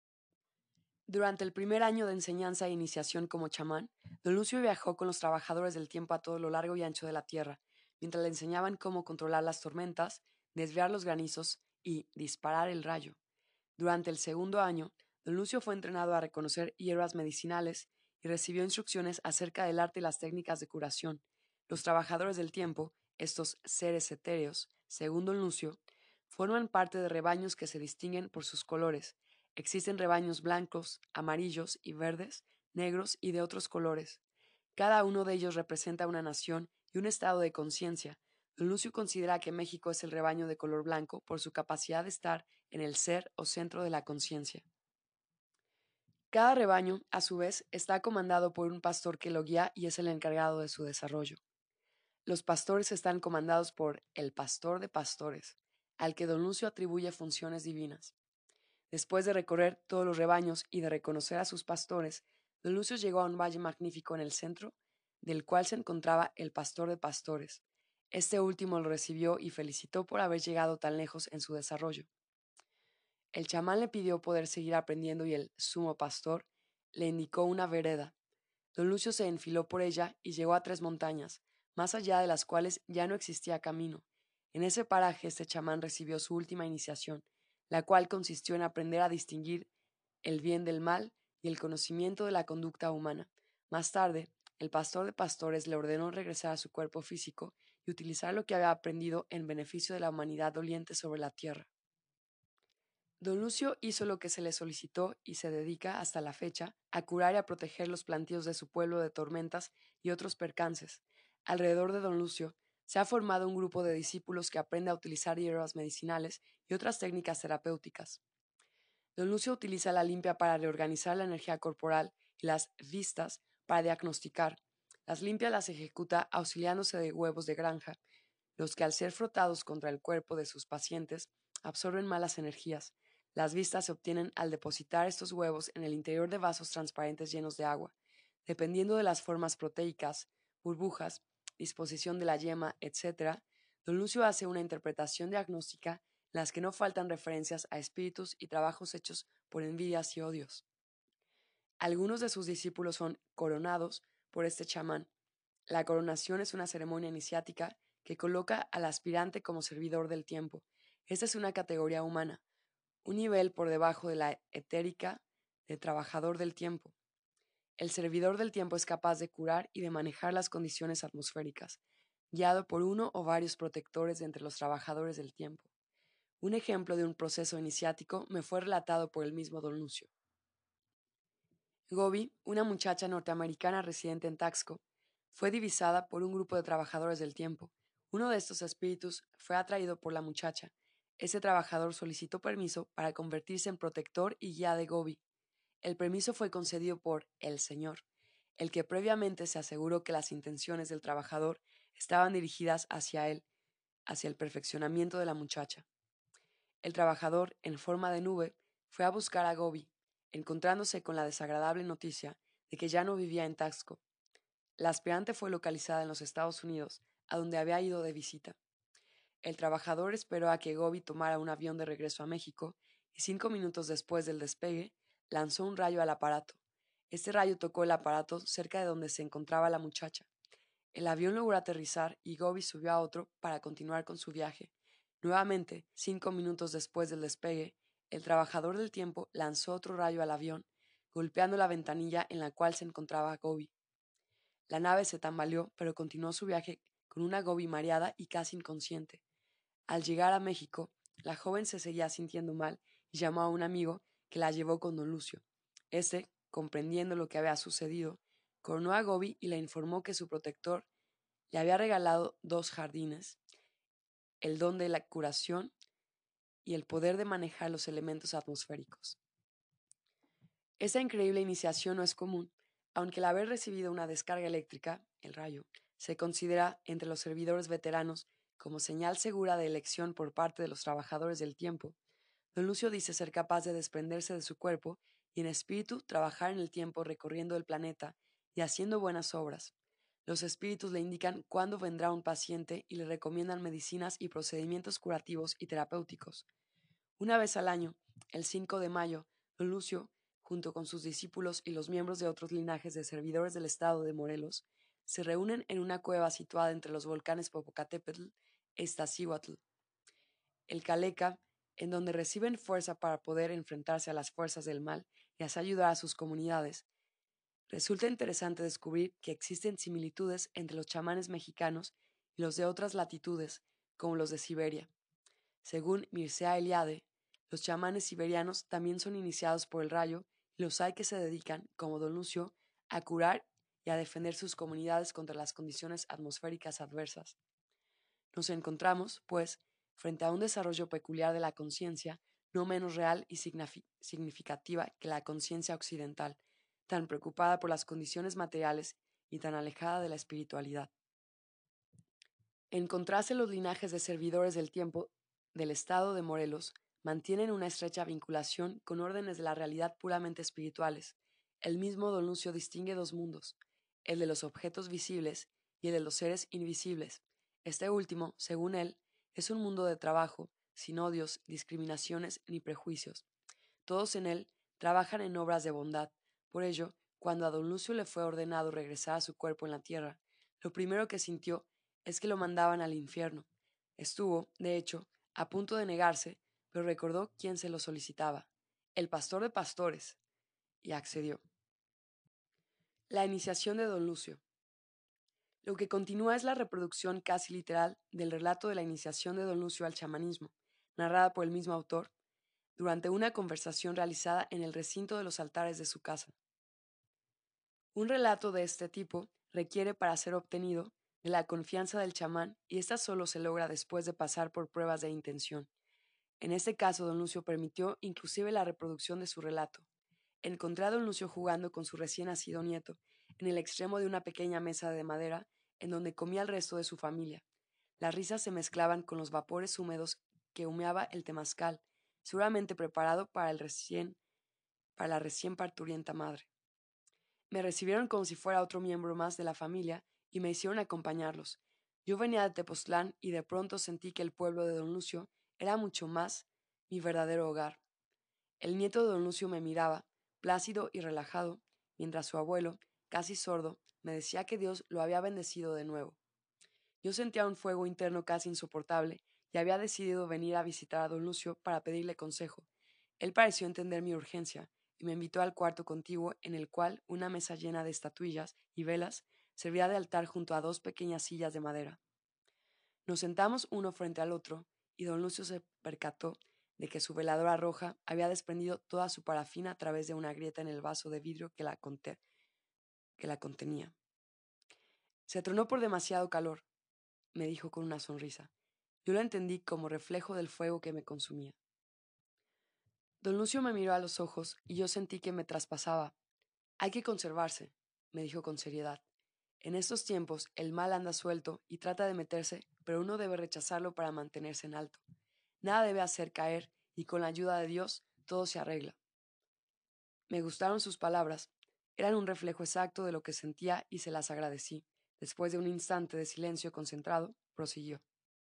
Durante el primer año de enseñanza e iniciación como chamán, don Lucio viajó con los trabajadores del tiempo a todo lo largo y ancho de la tierra, mientras le enseñaban cómo controlar las tormentas, desviar los granizos y disparar el rayo. Durante el segundo año, don Lucio fue entrenado a reconocer hierbas medicinales y recibió instrucciones acerca del arte y las técnicas de curación. Los trabajadores del tiempo, estos seres etéreos, según don Lucio, forman parte de rebaños que se distinguen por sus colores. Existen rebaños blancos, amarillos y verdes, negros y de otros colores. Cada uno de ellos representa una nación y un estado de conciencia. Don Lucio considera que México es el rebaño de color blanco por su capacidad de estar en el ser o centro de la conciencia. Cada rebaño, a su vez, está comandado por un pastor que lo guía y es el encargado de su desarrollo. Los pastores están comandados por el pastor de pastores, al que don Lucio atribuye funciones divinas. Después de recorrer todos los rebaños y de reconocer a sus pastores, don Lucio llegó a un valle magnífico en el centro, del cual se encontraba el pastor de pastores. Este último lo recibió y felicitó por haber llegado tan lejos en su desarrollo. El chamán le pidió poder seguir aprendiendo y el sumo pastor le indicó una vereda. Don Lucio se enfiló por ella y llegó a tres montañas, más allá de las cuales ya no existía camino. En ese paraje este chamán recibió su última iniciación, la cual consistió en aprender a distinguir el bien del mal y el conocimiento de la conducta humana. Más tarde, el pastor de pastores le ordenó regresar a su cuerpo físico y utilizar lo que había aprendido en beneficio de la humanidad doliente sobre la tierra. Don Lucio hizo lo que se le solicitó y se dedica, hasta la fecha, a curar y a proteger los plantíos de su pueblo de tormentas y otros percances. Alrededor de don Lucio se ha formado un grupo de discípulos que aprende a utilizar hierbas medicinales y otras técnicas terapéuticas. Don Lucio utiliza la limpia para reorganizar la energía corporal y las vistas para diagnosticar. Las limpias las ejecuta auxiliándose de huevos de granja, los que al ser frotados contra el cuerpo de sus pacientes absorben malas energías. Las vistas se obtienen al depositar estos huevos en el interior de vasos transparentes llenos de agua. Dependiendo de las formas proteicas, burbujas, disposición de la yema, etcétera, don Lucio hace una interpretación diagnóstica en las que no faltan referencias a espíritus y trabajos hechos por envidias y odios. Algunos de sus discípulos son coronados por este chamán. La coronación es una ceremonia iniciática que coloca al aspirante como servidor del tiempo. Esta es una categoría humana, un nivel por debajo de la etérica de trabajador del tiempo. El servidor del tiempo es capaz de curar y de manejar las condiciones atmosféricas, guiado por uno o varios protectores de entre los trabajadores del tiempo. Un ejemplo de un proceso iniciático me fue relatado por el mismo don Lucio. Gobi, una muchacha norteamericana residente en Taxco, fue divisada por un grupo de trabajadores del tiempo. Uno de estos espíritus fue atraído por la muchacha. Ese trabajador solicitó permiso para convertirse en protector y guía de Gobi. El permiso fue concedido por el Señor, el que previamente se aseguró que las intenciones del trabajador estaban dirigidas hacia él, hacia el perfeccionamiento de la muchacha. El trabajador, en forma de nube, fue a buscar a Gobi, encontrándose con la desagradable noticia de que ya no vivía en Taxco. La aspirante fue localizada en los Estados Unidos, a donde había ido de visita. El trabajador esperó a que Gobi tomara un avión de regreso a México y cinco minutos después del despegue lanzó un rayo al aparato. Este rayo tocó el aparato cerca de donde se encontraba la muchacha. El avión logró aterrizar y Gobi subió a otro para continuar con su viaje. Nuevamente, cinco minutos después del despegue, el trabajador del tiempo lanzó otro rayo al avión, golpeando la ventanilla en la cual se encontraba Gobi. La nave se tambaleó, pero continuó su viaje con una Gobi mareada y casi inconsciente. Al llegar a México, la joven se seguía sintiendo mal y llamó a un amigo que la llevó con don Lucio. Este, comprendiendo lo que había sucedido, coronó a Gobi y le informó que su protector le había regalado dos jardines, el don de la curación y el poder de manejar los elementos atmosféricos. Esta increíble iniciación no es común, aunque el haber recibido una descarga eléctrica, el rayo, se considera entre los servidores veteranos como señal segura de elección por parte de los trabajadores del tiempo. Don Lucio dice ser capaz de desprenderse de su cuerpo y en espíritu trabajar en el tiempo recorriendo el planeta y haciendo buenas obras. Los espíritus le indican cuándo vendrá un paciente y le recomiendan medicinas y procedimientos curativos y terapéuticos. Una vez al año, el cinco de mayo, don Lucio, junto con sus discípulos y los miembros de otros linajes de servidores del estado de Morelos, se reúnen en una cueva situada entre los volcanes Popocatépetl e Iztaccíhuatl, el Caleca, en donde reciben fuerza para poder enfrentarse a las fuerzas del mal y así ayudar a sus comunidades. Resulta interesante descubrir que existen similitudes entre los chamanes mexicanos y los de otras latitudes, como los de Siberia. Según Mircea Eliade, los chamanes siberianos también son iniciados por el rayo y los hay que se dedican, como don Lucio, a curar y a defender sus comunidades contra las condiciones atmosféricas adversas. Nos encontramos, pues, frente a un desarrollo peculiar de la conciencia, no menos real y significativa que la conciencia occidental, tan preocupada por las condiciones materiales y tan alejada de la espiritualidad. En contraste, los linajes de servidores del tiempo del estado de Morelos mantienen una estrecha vinculación con órdenes de la realidad puramente espirituales. El mismo don Lucio distingue dos mundos, el de los objetos visibles y el de los seres invisibles. Este último, según él, es un mundo de trabajo, sin odios, discriminaciones ni prejuicios. Todos en él trabajan en obras de bondad. Por ello, cuando a don Lucio le fue ordenado regresar a su cuerpo en la tierra, lo primero que sintió es que lo mandaban al infierno. Estuvo, de hecho, a punto de negarse, pero recordó quién se lo solicitaba, el pastor de pastores, y accedió. La iniciación de don Lucio. Lo que continúa es la reproducción casi literal del relato de la iniciación de don Lucio al chamanismo, narrada por el mismo autor, durante una conversación realizada en el recinto de los altares de su casa. Un relato de este tipo requiere, para ser obtenido, de la confianza del chamán y esta solo se logra después de pasar por pruebas de intención. En este caso, don Lucio permitió inclusive la reproducción de su relato. Encontré a don Lucio jugando con su recién nacido nieto en el extremo de una pequeña mesa de madera en donde comía el resto de su familia. Las risas se mezclaban con los vapores húmedos que humeaba el temazcal, seguramente preparado para, el recién, para la recién parturienta madre. Me recibieron como si fuera otro miembro más de la familia y me hicieron acompañarlos. Yo venía de Tepoztlán y de pronto sentí que el pueblo de don Lucio era mucho más mi verdadero hogar. El nieto de don Lucio me miraba, plácido y relajado, mientras su abuelo, casi sordo, me decía que Dios lo había bendecido de nuevo. Yo sentía un fuego interno casi insoportable y había decidido venir a visitar a don Lucio para pedirle consejo. Él pareció entender mi urgencia y me invitó al cuarto contiguo en el cual una mesa llena de estatuillas y velas servía de altar junto a dos pequeñas sillas de madera. Nos sentamos uno frente al otro y don Lucio se percató de que su veladora roja había desprendido toda su parafina a través de una grieta en el vaso de vidrio que la, conte que la contenía. Se tronó por demasiado calor, me dijo con una sonrisa. Yo lo entendí como reflejo del fuego que me consumía. Don Lucio me miró a los ojos y yo sentí que me traspasaba. Hay que conservarse, me dijo con seriedad. En estos tiempos el mal anda suelto y trata de meterse, pero uno debe rechazarlo para mantenerse en alto. Nada debe hacer caer y con la ayuda de Dios todo se arregla. Me gustaron sus palabras. Eran un reflejo exacto de lo que sentía y se las agradecí. Después de un instante de silencio concentrado, prosiguió.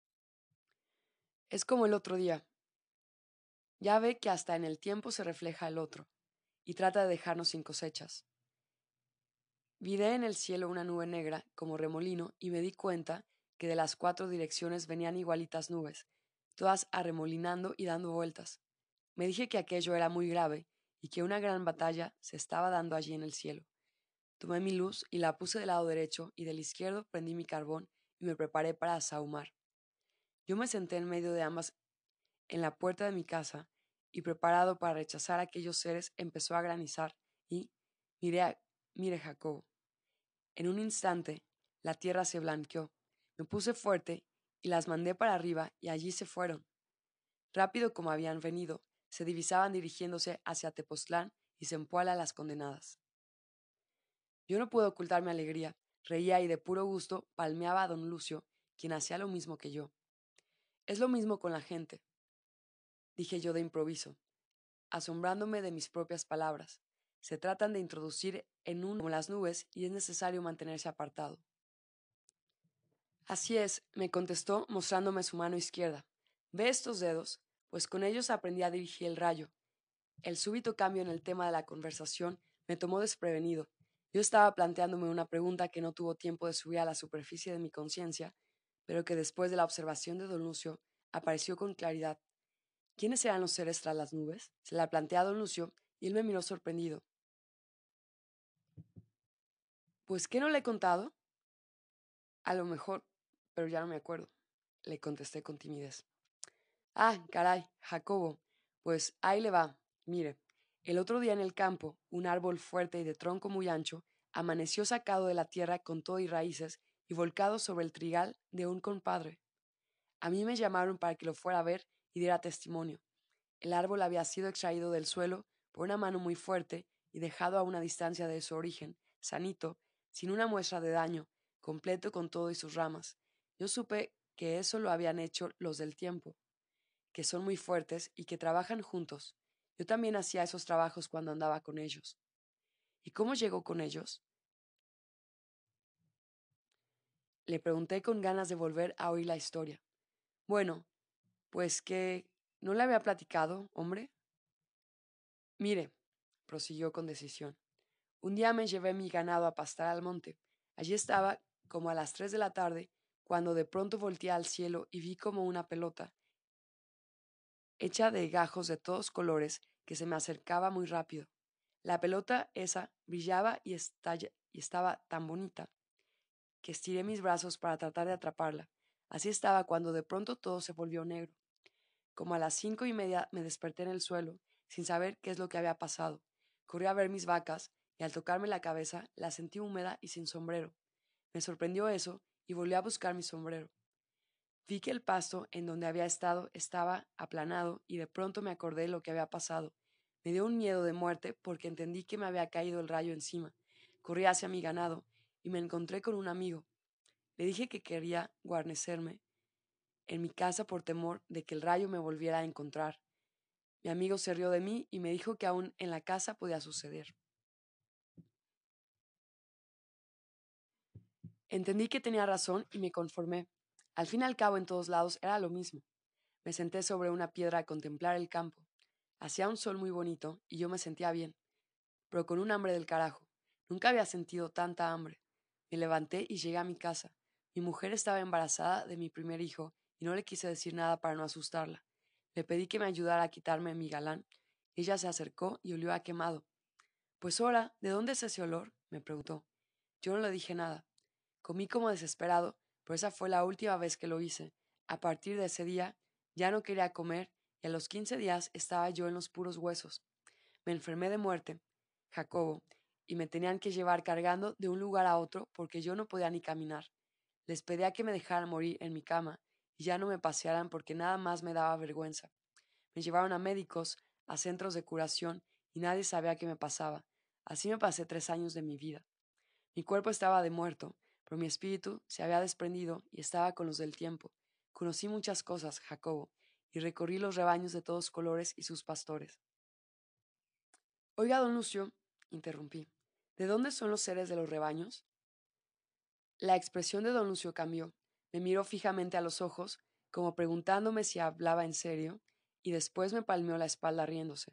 Es como el otro día. Ya ve que hasta en el tiempo se refleja el otro, y trata de dejarnos sin cosechas. Vidé en el cielo una nube negra, como remolino, y me di cuenta que de las cuatro direcciones venían igualitas nubes, todas arremolinando y dando vueltas. Me dije que aquello era muy grave y que una gran batalla se estaba dando allí en el cielo. Tomé mi luz y la puse del lado derecho y del izquierdo prendí mi carbón y me preparé para sahumar. Yo me senté en medio de ambas en la puerta de mi casa y preparado para rechazar a aquellos seres empezó a granizar y miré, a, mire Jacobo. En un instante la tierra se blanqueó, me puse fuerte y las mandé para arriba y allí se fueron. Rápido como habían venido, se divisaban dirigiéndose hacia Tepoztlán y Zempoala las condenadas. Yo no pude ocultar mi alegría, reía y de puro gusto palmeaba a don Lucio, quien hacía lo mismo que yo. Es lo mismo con la gente, dije yo de improviso, asombrándome de mis propias palabras. Se tratan de introducir en uno como las nubes y es necesario mantenerse apartado. Así es, me contestó mostrándome su mano izquierda. ¿Ve estos dedos? Pues con ellos aprendí a dirigir el rayo. El súbito cambio en el tema de la conversación me tomó desprevenido. Yo estaba planteándome una pregunta que no tuvo tiempo de subir a la superficie de mi conciencia, pero que después de la observación de don Lucio apareció con claridad. ¿Quiénes eran los seres tras las nubes? Se la planteé a don Lucio y él me miró sorprendido. ¿Pues qué no le he contado? A lo mejor, pero ya no me acuerdo, le contesté con timidez. Ah, caray, Jacobo, pues ahí le va. Mire, el otro día en el campo, un árbol fuerte y de tronco muy ancho amaneció sacado de la tierra con todo y raíces y volcado sobre el trigal de un compadre. A mí me llamaron para que lo fuera a ver y diera testimonio. El árbol había sido extraído del suelo por una mano muy fuerte y dejado a una distancia de su origen, sanito, sin una muestra de daño, completo con todo y sus ramas. Yo supe que eso lo habían hecho los del tiempo, que son muy fuertes y que trabajan juntos. Yo también hacía esos trabajos cuando andaba con ellos. ¿Y cómo llegó con ellos? Le pregunté con ganas de volver a oír la historia. Bueno, pues que no le había platicado, hombre. Mire, prosiguió con decisión. Un día me llevé mi ganado a pastar al monte. Allí estaba, como a las tres de la tarde, cuando de pronto volteé al cielo y vi como una pelota, hecha de gajos de todos colores, que se me acercaba muy rápido. La pelota esa brillaba y, estalla, y estaba tan bonita que estiré mis brazos para tratar de atraparla. Así estaba cuando de pronto todo se volvió negro. Como a las cinco y media me desperté en el suelo, sin saber qué es lo que había pasado. Corrí a ver mis vacas y al tocarme la cabeza la sentí húmeda y sin sombrero. Me sorprendió eso y volví a buscar mi sombrero. Vi que el pasto en donde había estado estaba aplanado y de pronto me acordé de lo que había pasado. Me dio un miedo de muerte porque entendí que me había caído el rayo encima. Corrí hacia mi ganado y me encontré con un amigo. Le dije que quería guarnecerme en mi casa por temor de que el rayo me volviera a encontrar. Mi amigo se rió de mí y me dijo que aún en la casa podía suceder. Entendí que tenía razón y me conformé. Al fin y al cabo en todos lados era lo mismo. Me senté sobre una piedra a contemplar el campo. Hacía un sol muy bonito y yo me sentía bien, pero con un hambre del carajo. Nunca había sentido tanta hambre. Me levanté y llegué a mi casa. Mi mujer estaba embarazada de mi primer hijo y no le quise decir nada para no asustarla. Le pedí que me ayudara a quitarme mi galán. Ella se acercó y olió a quemado. Pues ahora, ¿de dónde es ese olor? Me preguntó. Yo no le dije nada. Comí como desesperado, pero esa fue la última vez que lo hice. A partir de ese día, ya no quería comer y a los quince días estaba yo en los puros huesos. Me enfermé de muerte, Jacobo, y me tenían que llevar cargando de un lugar a otro porque yo no podía ni caminar. Les pedí a que me dejaran morir en mi cama y ya no me pasearan porque nada más me daba vergüenza. Me llevaron a médicos, a centros de curación y nadie sabía qué me pasaba. Así me pasé tres años de mi vida. Mi cuerpo estaba de muerto, pero mi espíritu se había desprendido y estaba con los del tiempo. Conocí muchas cosas, Jacobo, y recorrí los rebaños de todos colores y sus pastores. Oiga, don Lucio, interrumpí, ¿de dónde son los seres de los rebaños? La expresión de don Lucio cambió. Me miró fijamente a los ojos, como preguntándome si hablaba en serio, y después me palmeó la espalda riéndose.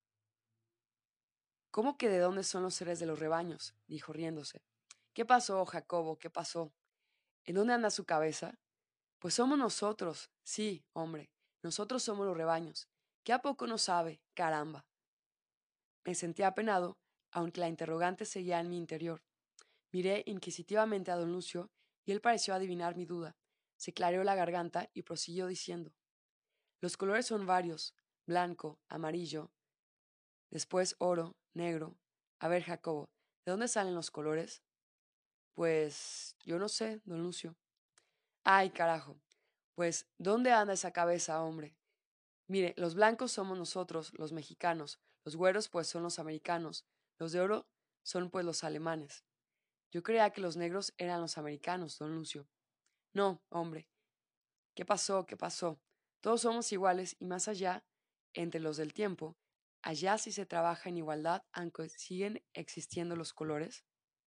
¿Cómo que de dónde son los seres de los rebaños? Dijo riéndose. ¿Qué pasó, Jacobo? ¿Qué pasó? ¿En dónde anda su cabeza? Pues somos nosotros, sí, hombre, nosotros somos los rebaños. ¿Qué a poco no sabe? Caramba. Me sentí apenado, aunque la interrogante seguía en mi interior. Miré inquisitivamente a don Lucio y él pareció adivinar mi duda. Se clareó la garganta y prosiguió diciendo: los colores son varios: blanco, amarillo, después oro, negro. A ver, Jacobo, ¿de dónde salen los colores? Pues yo no sé, don Lucio. Ay, carajo. Pues, ¿dónde anda esa cabeza, hombre? Mire, los blancos somos nosotros, los mexicanos, los güeros pues son los americanos, los de oro son pues los alemanes. Yo creía que los negros eran los americanos, don Lucio. No, hombre. ¿Qué pasó? ¿Qué pasó? Todos somos iguales y más allá, entre los del tiempo, allá sí se trabaja en igualdad, aunque siguen existiendo los colores.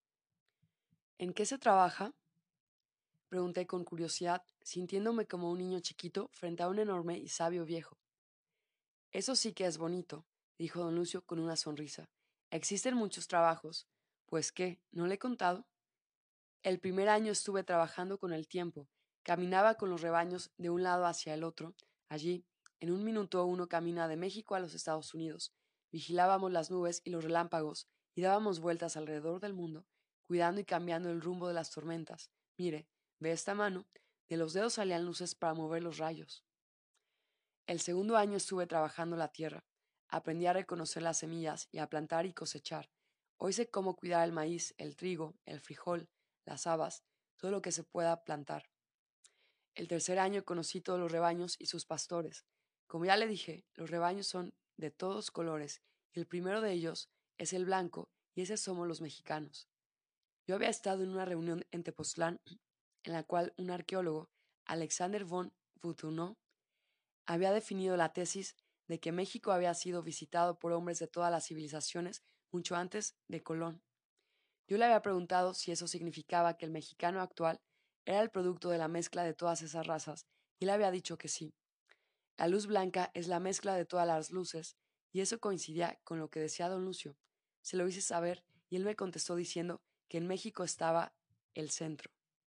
¿En qué se trabaja? Pregunté con curiosidad, sintiéndome como un niño chiquito frente a un enorme y sabio viejo. Eso sí que es bonito, dijo don Lucio con una sonrisa. Existen muchos trabajos. Pues qué, ¿no le he contado? El primer año estuve trabajando con el tiempo. Caminaba con los rebaños de un lado hacia el otro. Allí, en un minuto uno camina de México a los Estados Unidos. Vigilábamos las nubes y los relámpagos y dábamos vueltas alrededor del mundo, cuidando y cambiando el rumbo de las tormentas. Mire, ve esta mano. De los dedos salían luces para mover los rayos. El segundo año estuve trabajando la tierra. Aprendí a reconocer las semillas y a plantar y cosechar. Hoy sé cómo cuidar el maíz, el trigo, el frijol, las habas, todo lo que se pueda plantar. El tercer año conocí todos los rebaños y sus pastores. Como ya le dije, los rebaños son de todos colores y el primero de ellos es el blanco y ese somos los mexicanos. Yo había estado en una reunión en Tepoztlán en la cual un arqueólogo, Alexander von Butenau, había definido la tesis de que México había sido visitado por hombres de todas las civilizaciones mucho antes de Colón. Yo le había preguntado si eso significaba que el mexicano actual era el producto de la mezcla de todas esas razas, y él había dicho que sí. La luz blanca es la mezcla de todas las luces, y eso coincidía con lo que decía don Lucio. Se lo hice saber, y él me contestó diciendo que en México estaba el centro.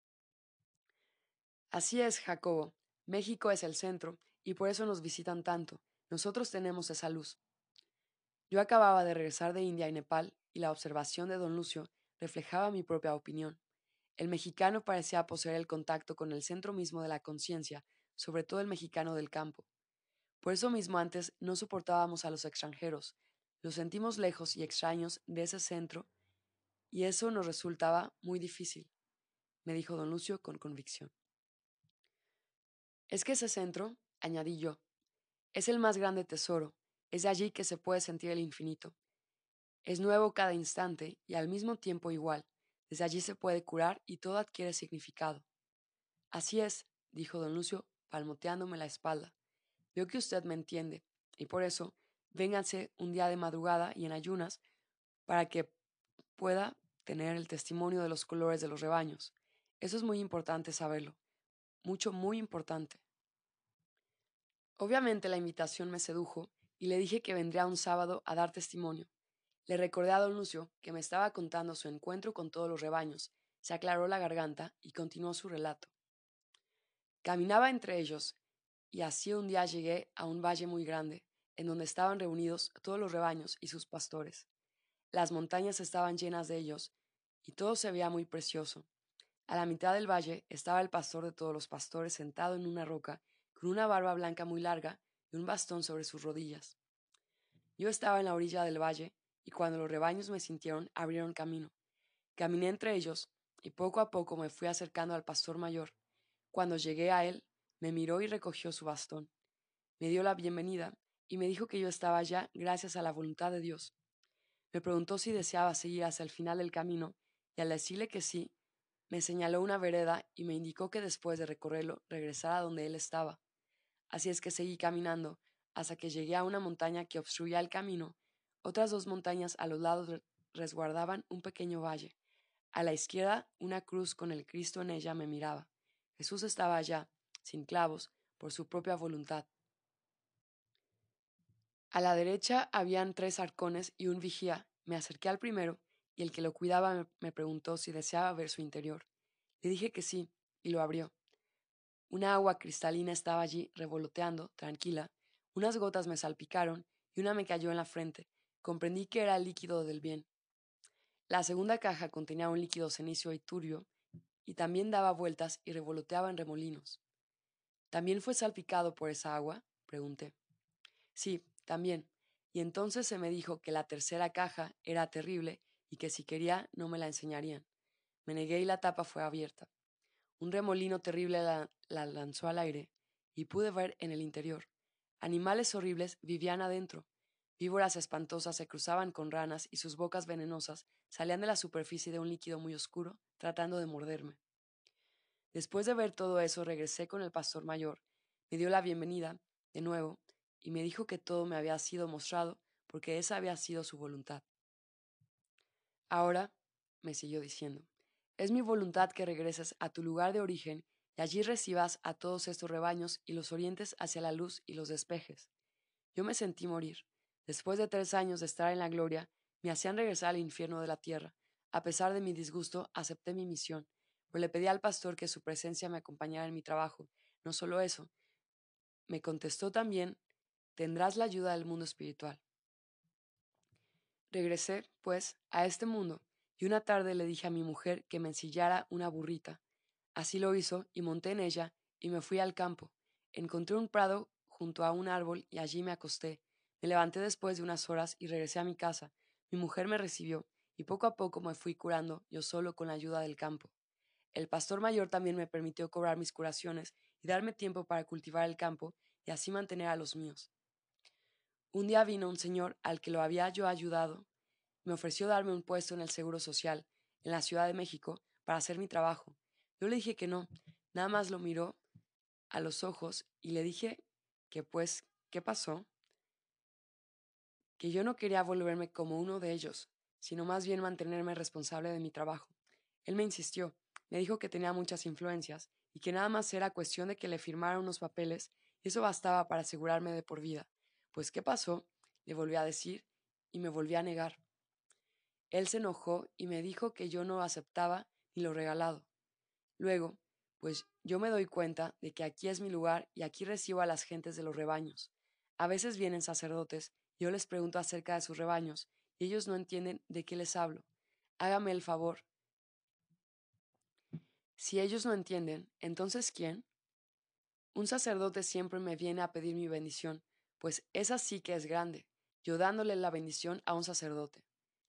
Así es, Jacobo. México es el centro, y por eso nos visitan tanto. Nosotros tenemos esa luz. Yo acababa de regresar de India y Nepal, y la observación de don Lucio reflejaba mi propia opinión. El mexicano parecía poseer el contacto con el centro mismo de la conciencia, sobre todo el mexicano del campo. Por eso mismo antes no soportábamos a los extranjeros, los sentimos lejos y extraños de ese centro, y eso nos resultaba muy difícil, me dijo don Lucio con convicción. Es que ese centro, añadí yo, es el más grande tesoro, es de allí que se puede sentir el infinito. Es nuevo cada instante y al mismo tiempo igual, desde allí se puede curar y todo adquiere significado. Así es, dijo don Lucio, palmoteándome la espalda. Veo que usted me entiende, y por eso, vénganse un día de madrugada y en ayunas, para que pueda tener el testimonio de los colores de los rebaños. Eso es muy importante saberlo, mucho, muy importante. Obviamente la invitación me sedujo, y le dije que vendría un sábado a dar testimonio. Le recordé a don Lucio que me estaba contando su encuentro con todos los rebaños, se aclaró la garganta y continuó su relato. Caminaba entre ellos, y así un día llegué a un valle muy grande, en donde estaban reunidos todos los rebaños y sus pastores. Las montañas estaban llenas de ellos, y todo se veía muy precioso. A la mitad del valle estaba el pastor de todos los pastores sentado en una roca, con una barba blanca muy larga y un bastón sobre sus rodillas. Yo estaba en la orilla del valle, y cuando los rebaños me sintieron, abrieron camino. Caminé entre ellos, y poco a poco me fui acercando al pastor mayor. Cuando llegué a él, me miró y recogió su bastón. Me dio la bienvenida y me dijo que yo estaba allá gracias a la voluntad de Dios. Me preguntó si deseaba seguir hacia el final del camino, y al decirle que sí, me señaló una vereda y me indicó que después de recorrerlo regresara a donde él estaba. Así es que seguí caminando hasta que llegué a una montaña que obstruía el camino. Otras dos montañas a los lados resguardaban un pequeño valle. A la izquierda, una cruz con el Cristo en ella me miraba. Jesús estaba allá, sin clavos, por su propia voluntad. A la derecha habían tres arcones y un vigía. Me acerqué al primero, y el que lo cuidaba me, me preguntó si deseaba ver su interior. Le dije que sí, y lo abrió. Una agua cristalina estaba allí, revoloteando, tranquila. Unas gotas me salpicaron, y una me cayó en la frente. Comprendí que era el líquido del bien. La segunda caja contenía un líquido cenizo y turbio y también daba vueltas y revoloteaba en remolinos. ¿También fue salpicado por esa agua?, pregunté. Sí, también. Y entonces se me dijo que la tercera caja era terrible y que si quería no me la enseñarían. Me negué y la tapa fue abierta. Un remolino terrible la, la lanzó al aire y pude ver en el interior. Animales horribles vivían adentro. Víboras espantosas se cruzaban con ranas y sus bocas venenosas salían de la superficie de un líquido muy oscuro, tratando de morderme. Después de ver todo eso, regresé con el pastor mayor, me dio la bienvenida, de nuevo, y me dijo que todo me había sido mostrado porque esa había sido su voluntad. Ahora, me siguió diciendo, es mi voluntad que regreses a tu lugar de origen y allí recibas a todos estos rebaños y los orientes hacia la luz y los despejes. Yo me sentí morir. Después de tres años de estar en la gloria, me hacían regresar al infierno de la tierra. A pesar de mi disgusto, acepté mi misión, pero le pedí al pastor que su presencia me acompañara en mi trabajo. No solo eso, me contestó también, tendrás la ayuda del mundo espiritual. Regresé, pues, a este mundo, y una tarde le dije a mi mujer que me ensillara una burrita. Así lo hizo, y monté en ella, y me fui al campo. Encontré un prado junto a un árbol, y allí me acosté. Me levanté después de unas horas y regresé a mi casa. Mi mujer me recibió, y poco a poco me fui curando, yo solo con la ayuda del campo. El pastor mayor también me permitió cobrar mis curaciones y darme tiempo para cultivar el campo y así mantener a los míos. Un día vino un señor al que lo había yo ayudado. Me ofreció darme un puesto en el Seguro Social, en la Ciudad de México, para hacer mi trabajo. Yo le dije que no, nada más lo miró a los ojos y le dije que pues, ¿qué pasó? Que yo no quería volverme como uno de ellos, sino más bien mantenerme responsable de mi trabajo. Él me insistió, me dijo que tenía muchas influencias y que nada más era cuestión de que le firmara unos papeles y eso bastaba para asegurarme de por vida. Pues, ¿qué pasó? Le volví a decir y me volví a negar. Él se enojó y me dijo que yo no aceptaba ni lo regalado. Luego, pues yo me doy cuenta de que aquí es mi lugar y aquí recibo a las gentes de los rebaños. A veces vienen sacerdotes y yo les pregunto acerca de sus rebaños y ellos no entienden de qué les hablo. Hágame el favor. Si ellos no entienden, ¿entonces quién? Un sacerdote siempre me viene a pedir mi bendición, pues esa sí que es grande, yo dándole la bendición a un sacerdote.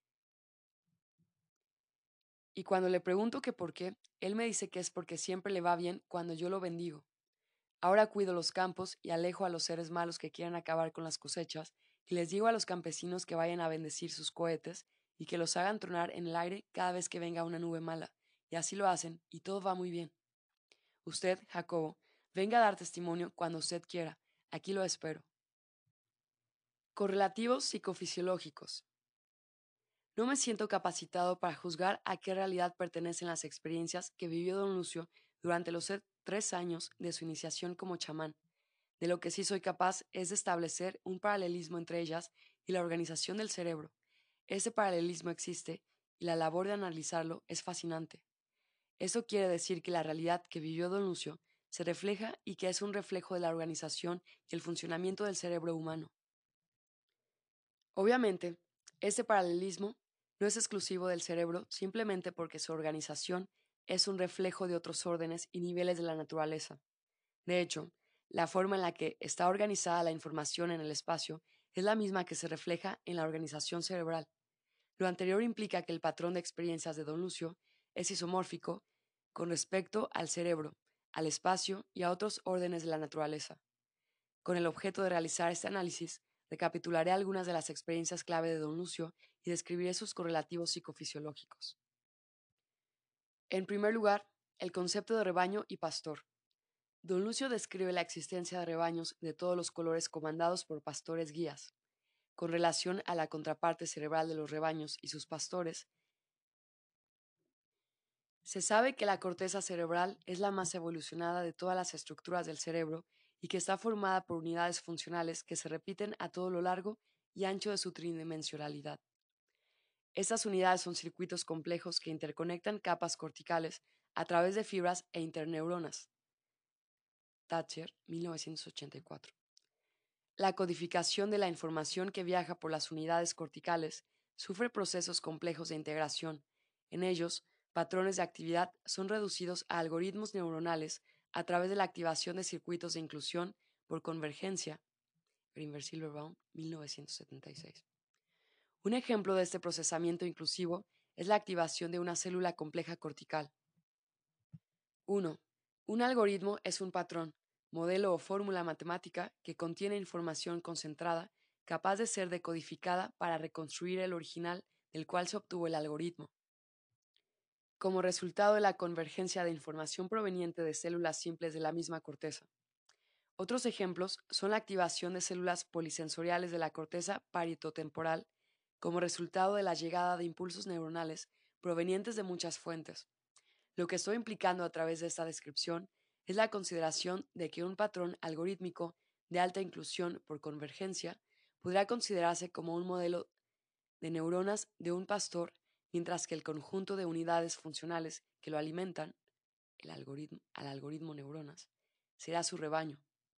Y cuando le pregunto que por qué, él me dice que es porque siempre le va bien cuando yo lo bendigo. Ahora cuido los campos y alejo a los seres malos que quieran acabar con las cosechas, y les digo a los campesinos que vayan a bendecir sus cohetes y que los hagan tronar en el aire cada vez que venga una nube mala, y así lo hacen, y todo va muy bien. Usted, Jacobo, venga a dar testimonio cuando usted quiera, aquí lo espero. Correlativos psicofisiológicos. No me siento capacitado para juzgar a qué realidad pertenecen las experiencias que vivió don Lucio durante los tres años de su iniciación como chamán. De lo que sí soy capaz es de establecer un paralelismo entre ellas y la organización del cerebro. Ese paralelismo existe y la labor de analizarlo es fascinante. Eso quiere decir que la realidad que vivió don Lucio se refleja y que es un reflejo de la organización y el funcionamiento del cerebro humano. Obviamente, este paralelismo no es exclusivo del cerebro simplemente porque su organización es un reflejo de otros órdenes y niveles de la naturaleza. De hecho, la forma en la que está organizada la información en el espacio es la misma que se refleja en la organización cerebral. Lo anterior implica que el patrón de experiencias de don Lucio es isomórfico con respecto al cerebro, al espacio y a otros órdenes de la naturaleza. Con el objeto de realizar este análisis, recapitularé algunas de las experiencias clave de don Lucio y describiré sus correlativos psicofisiológicos. En primer lugar, el concepto de rebaño y pastor. Don Lucio describe la existencia de rebaños de todos los colores comandados por pastores guías. Con relación a la contraparte cerebral de los rebaños y sus pastores, se sabe que la corteza cerebral es la más evolucionada de todas las estructuras del cerebro y que está formada por unidades funcionales que se repiten a todo lo largo y ancho de su tridimensionalidad. Estas unidades son circuitos complejos que interconectan capas corticales a través de fibras e interneuronas. Thatcher, mil novecientos ochenta y cuatro. La codificación de la información que viaja por las unidades corticales sufre procesos complejos de integración. En ellos, patrones de actividad son reducidos a algoritmos neuronales a través de la activación de circuitos de inclusión por convergencia. Grinberg Silverbaum, mil novecientos setenta y seis. Un ejemplo de este procesamiento inclusivo es la activación de una célula compleja cortical. uno. Un algoritmo es un patrón, modelo o fórmula matemática que contiene información concentrada capaz de ser decodificada para reconstruir el original del cual se obtuvo el algoritmo. Como resultado de la convergencia de información proveniente de células simples de la misma corteza. Otros ejemplos son la activación de células polisensoriales de la corteza paritotemporal como resultado de la llegada de impulsos neuronales provenientes de muchas fuentes. Lo que estoy implicando a través de esta descripción es la consideración de que un patrón algorítmico de alta inclusión por convergencia podrá considerarse como un modelo de neuronas de un pastor, mientras que el conjunto de unidades funcionales que lo alimentan, el algoritmo, al algoritmo neuronas, será su rebaño.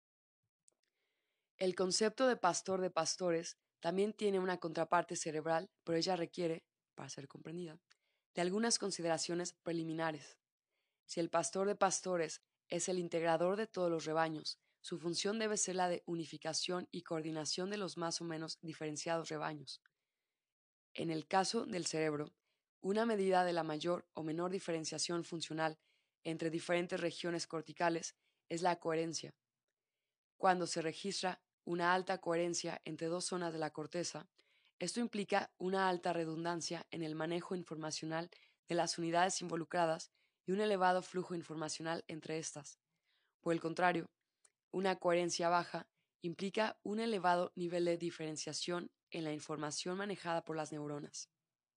El concepto de pastor de pastores también tiene una contraparte cerebral, pero ella requiere, para ser comprendida, de algunas consideraciones preliminares. Si el pastor de pastores es el integrador de todos los rebaños, su función debe ser la de unificación y coordinación de los más o menos diferenciados rebaños. En el caso del cerebro, una medida de la mayor o menor diferenciación funcional entre diferentes regiones corticales es la coherencia. Cuando se registra una alta coherencia entre dos zonas de la corteza, esto implica una alta redundancia en el manejo informacional de las unidades involucradas y un elevado flujo informacional entre estas. Por el contrario, una coherencia baja implica un elevado nivel de diferenciación en la información manejada por las neuronas.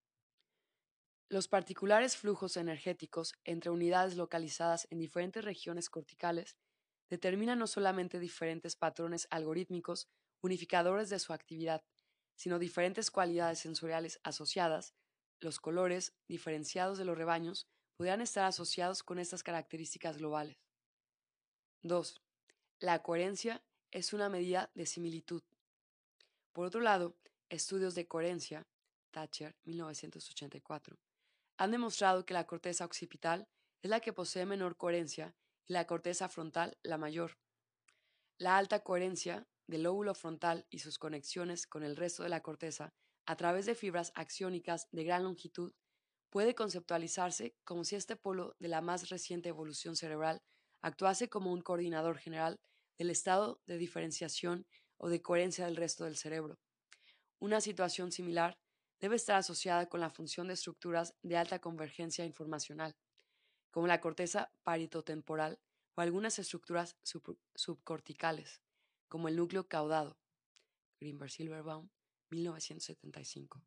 Los particulares flujos energéticos entre unidades localizadas en diferentes regiones corticales determinan no solamente diferentes patrones algorítmicos unificadores de su actividad, sino diferentes cualidades sensoriales asociadas. Los colores diferenciados de los rebaños podrían estar asociados con estas características globales. dos. La coherencia es una medida de similitud. Por otro lado, estudios de coherencia, Thatcher, mil novecientos ochenta y cuatro, han demostrado que la corteza occipital es la que posee menor coherencia y la corteza frontal la mayor. La alta coherencia del lóbulo frontal y sus conexiones con el resto de la corteza a través de fibras axiónicas de gran longitud puede conceptualizarse como si este polo de la más reciente evolución cerebral actuase como un coordinador general del estado de diferenciación o de coherencia del resto del cerebro. Una situación similar debe estar asociada con la función de estructuras de alta convergencia informacional, como la corteza paritotemporal o algunas estructuras sub subcorticales, como el núcleo caudado. Grinberg Silverbaum, mil novecientos setenta y cinco.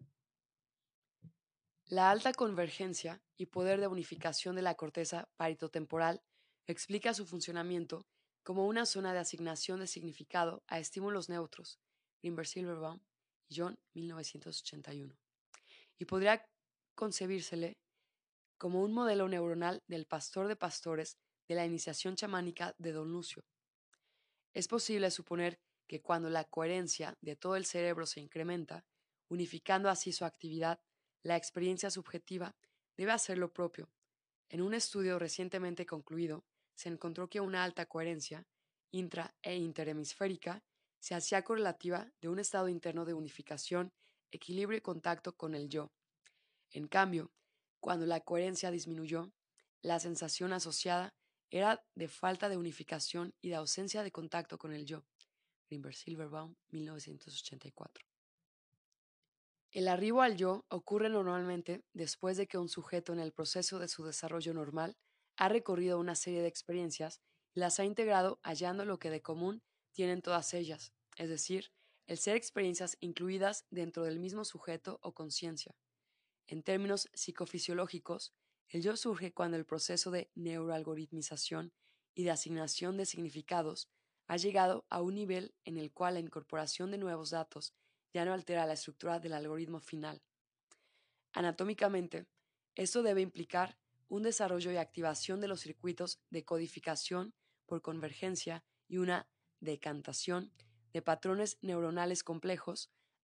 La alta convergencia y poder de unificación de la corteza paritotemporal explica su funcionamiento como una zona de asignación de significado a estímulos neutros, Grinberg Silverbaum y John, mil novecientos ochenta y uno, y podría concebírsele como un modelo neuronal del pastor de pastores de la iniciación chamánica de Don Lucio. Es posible suponer que cuando la coherencia de todo el cerebro se incrementa, unificando así su actividad, la experiencia subjetiva debe hacer lo propio. En un estudio recientemente concluido, se encontró que una alta coherencia intra- e interhemisférica se hacía correlativa de un estado interno de unificación, equilibrio y contacto con el yo. En cambio, cuando la coherencia disminuyó, la sensación asociada era de falta de unificación y de ausencia de contacto con el yo. Grinberg Silverbaum, mil novecientos ochenta y cuatro. El arribo al yo ocurre normalmente después de que un sujeto en el proceso de su desarrollo normal ha recorrido una serie de experiencias y las ha integrado hallando lo que de común tienen todas ellas, es decir, el ser experiencias incluidas dentro del mismo sujeto o conciencia. En términos psicofisiológicos, el yo surge cuando el proceso de neuroalgoritmización y de asignación de significados ha llegado a un nivel en el cual la incorporación de nuevos datos ya no altera la estructura del algoritmo final. Anatómicamente, esto debe implicar un desarrollo y activación de los circuitos de codificación por convergencia y una decantación de patrones neuronales complejos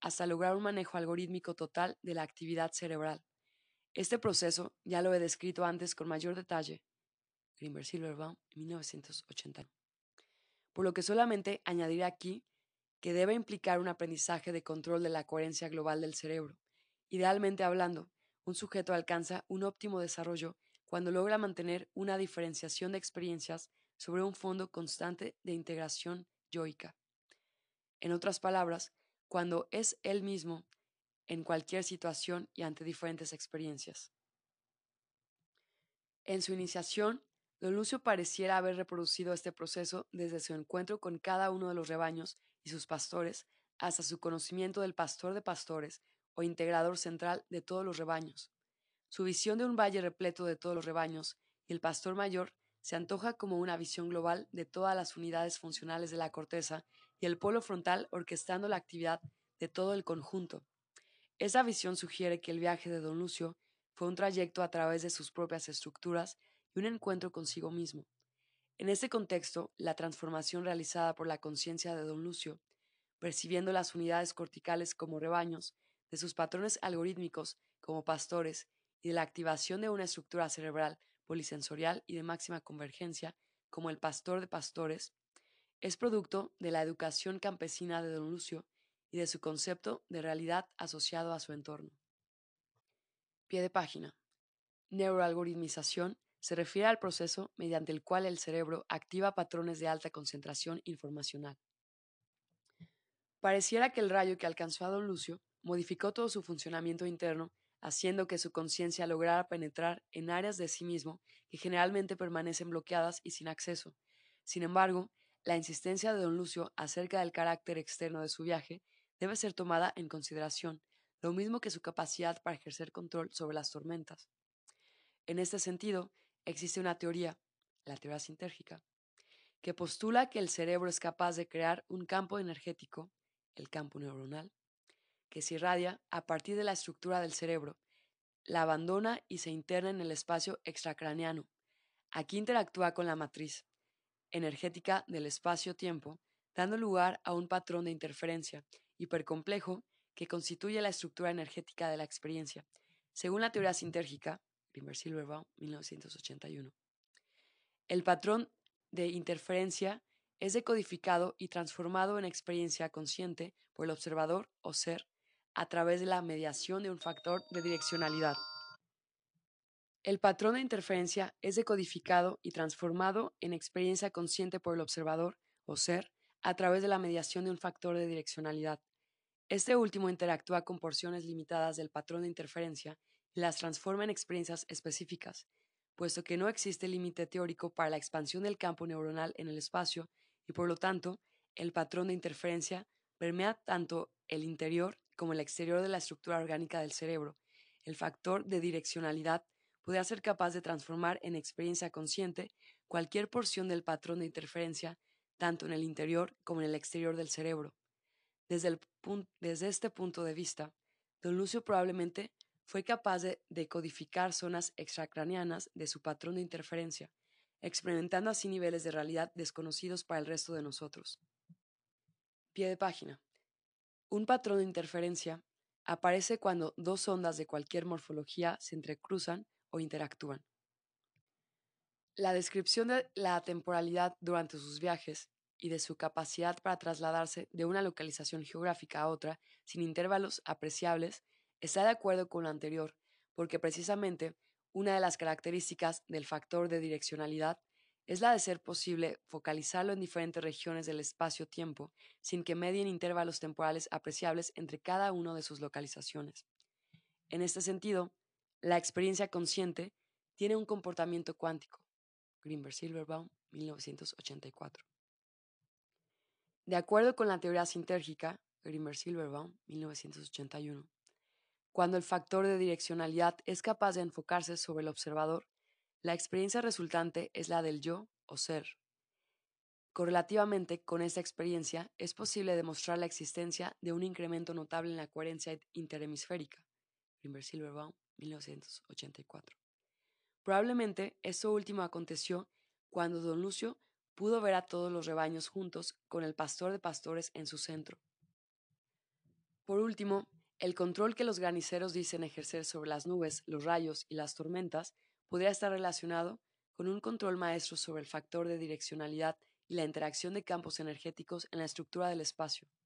hasta lograr un manejo algorítmico total de la actividad cerebral. Este proceso ya lo he descrito antes con mayor detalle, Grimberg Silverbaum, en mil novecientos ochenta. Por lo que solamente añadiré aquí que debe implicar un aprendizaje de control de la coherencia global del cerebro. Idealmente hablando, un sujeto alcanza un óptimo desarrollo cuando logra mantener una diferenciación de experiencias sobre un fondo constante de integración yoica. En otras palabras, cuando es él mismo en cualquier situación y ante diferentes experiencias. En su iniciación, Don Lucio pareciera haber reproducido este proceso desde su encuentro con cada uno de los rebaños y sus pastores hasta su conocimiento del pastor de pastores o integrador central de todos los rebaños. Su visión de un valle repleto de todos los rebaños y el pastor mayor se antoja como una visión global de todas las unidades funcionales de la corteza y el polo frontal orquestando la actividad de todo el conjunto. Esa visión sugiere que el viaje de Don Lucio fue un trayecto a través de sus propias estructuras y un encuentro consigo mismo. En este contexto, la transformación realizada por la conciencia de Don Lucio, percibiendo las unidades corticales como rebaños, de sus patrones algorítmicos como pastores y de la activación de una estructura cerebral polisensorial y de máxima convergencia como el pastor de pastores, es producto de la educación campesina de Don Lucio y de su concepto de realidad asociado a su entorno. Pie de página. Neuroalgoritmización se refiere al proceso mediante el cual el cerebro activa patrones de alta concentración informacional. Pareciera que el rayo que alcanzó a Don Lucio modificó todo su funcionamiento interno, haciendo que su conciencia lograra penetrar en áreas de sí mismo que generalmente permanecen bloqueadas y sin acceso. Sin embargo, la insistencia de Don Lucio acerca del carácter externo de su viaje debe ser tomada en consideración, lo mismo que su capacidad para ejercer control sobre las tormentas. En este sentido, existe una teoría, la teoría sintérgica, que postula que el cerebro es capaz de crear un campo energético, el campo neuronal, que se irradia a partir de la estructura del cerebro, la abandona y se interna en el espacio extracraneano. Aquí interactúa con la matriz energética del espacio-tiempo, dando lugar a un patrón de interferencia hipercomplejo que constituye la estructura energética de la experiencia, según la teoría sintérgica, Grimberg Silverbaum, mil novecientos ochenta y uno. El patrón de interferencia es decodificado y transformado en experiencia consciente por el observador o ser a través de la mediación de un factor de direccionalidad. El patrón de interferencia es decodificado y transformado en experiencia consciente por el observador o ser a través de la mediación de un factor de direccionalidad. Este último interactúa con porciones limitadas del patrón de interferencia y las transforma en experiencias específicas, puesto que no existe límite teórico para la expansión del campo neuronal en el espacio y por lo tanto el patrón de interferencia permea tanto el interior como el exterior de la estructura orgánica del cerebro. El factor de direccionalidad podría ser capaz de transformar en experiencia consciente cualquier porción del patrón de interferencia, tanto en el interior como en el exterior del cerebro. Desde, el punto, desde este punto de vista, Don Lucio probablemente fue capaz de decodificar zonas extracraneanas de su patrón de interferencia, experimentando así niveles de realidad desconocidos para el resto de nosotros. Pie de página. Un patrón de interferencia aparece cuando dos ondas de cualquier morfología se entrecruzan o interactúan. La descripción de la temporalidad durante sus viajes y de su capacidad para trasladarse de una localización geográfica a otra sin intervalos apreciables está de acuerdo con lo anterior, porque precisamente una de las características del factor de direccionalidad es la de ser posible focalizarlo en diferentes regiones del espacio-tiempo sin que medien intervalos temporales apreciables entre cada una de sus localizaciones. En este sentido, la experiencia consciente tiene un comportamiento cuántico. Grimberg Silverbaum, mil novecientos ochenta y cuatro. De acuerdo con la teoría sintérgica, Grimberg Silverbaum, mil novecientos ochenta y uno, cuando el factor de direccionalidad es capaz de enfocarse sobre el observador, la experiencia resultante es la del yo o ser. Correlativamente con esta experiencia, es posible demostrar la existencia de un incremento notable en la coherencia interhemisférica. Grimberg Silverbaum, mil novecientos ochenta y cuatro. Probablemente eso último aconteció cuando Don Lucio pudo ver a todos los rebaños juntos con el pastor de pastores en su centro. Por último, el control que los graniceros dicen ejercer sobre las nubes, los rayos y las tormentas podría estar relacionado con un control maestro sobre el factor de direccionalidad y la interacción de campos energéticos en la estructura del espacio.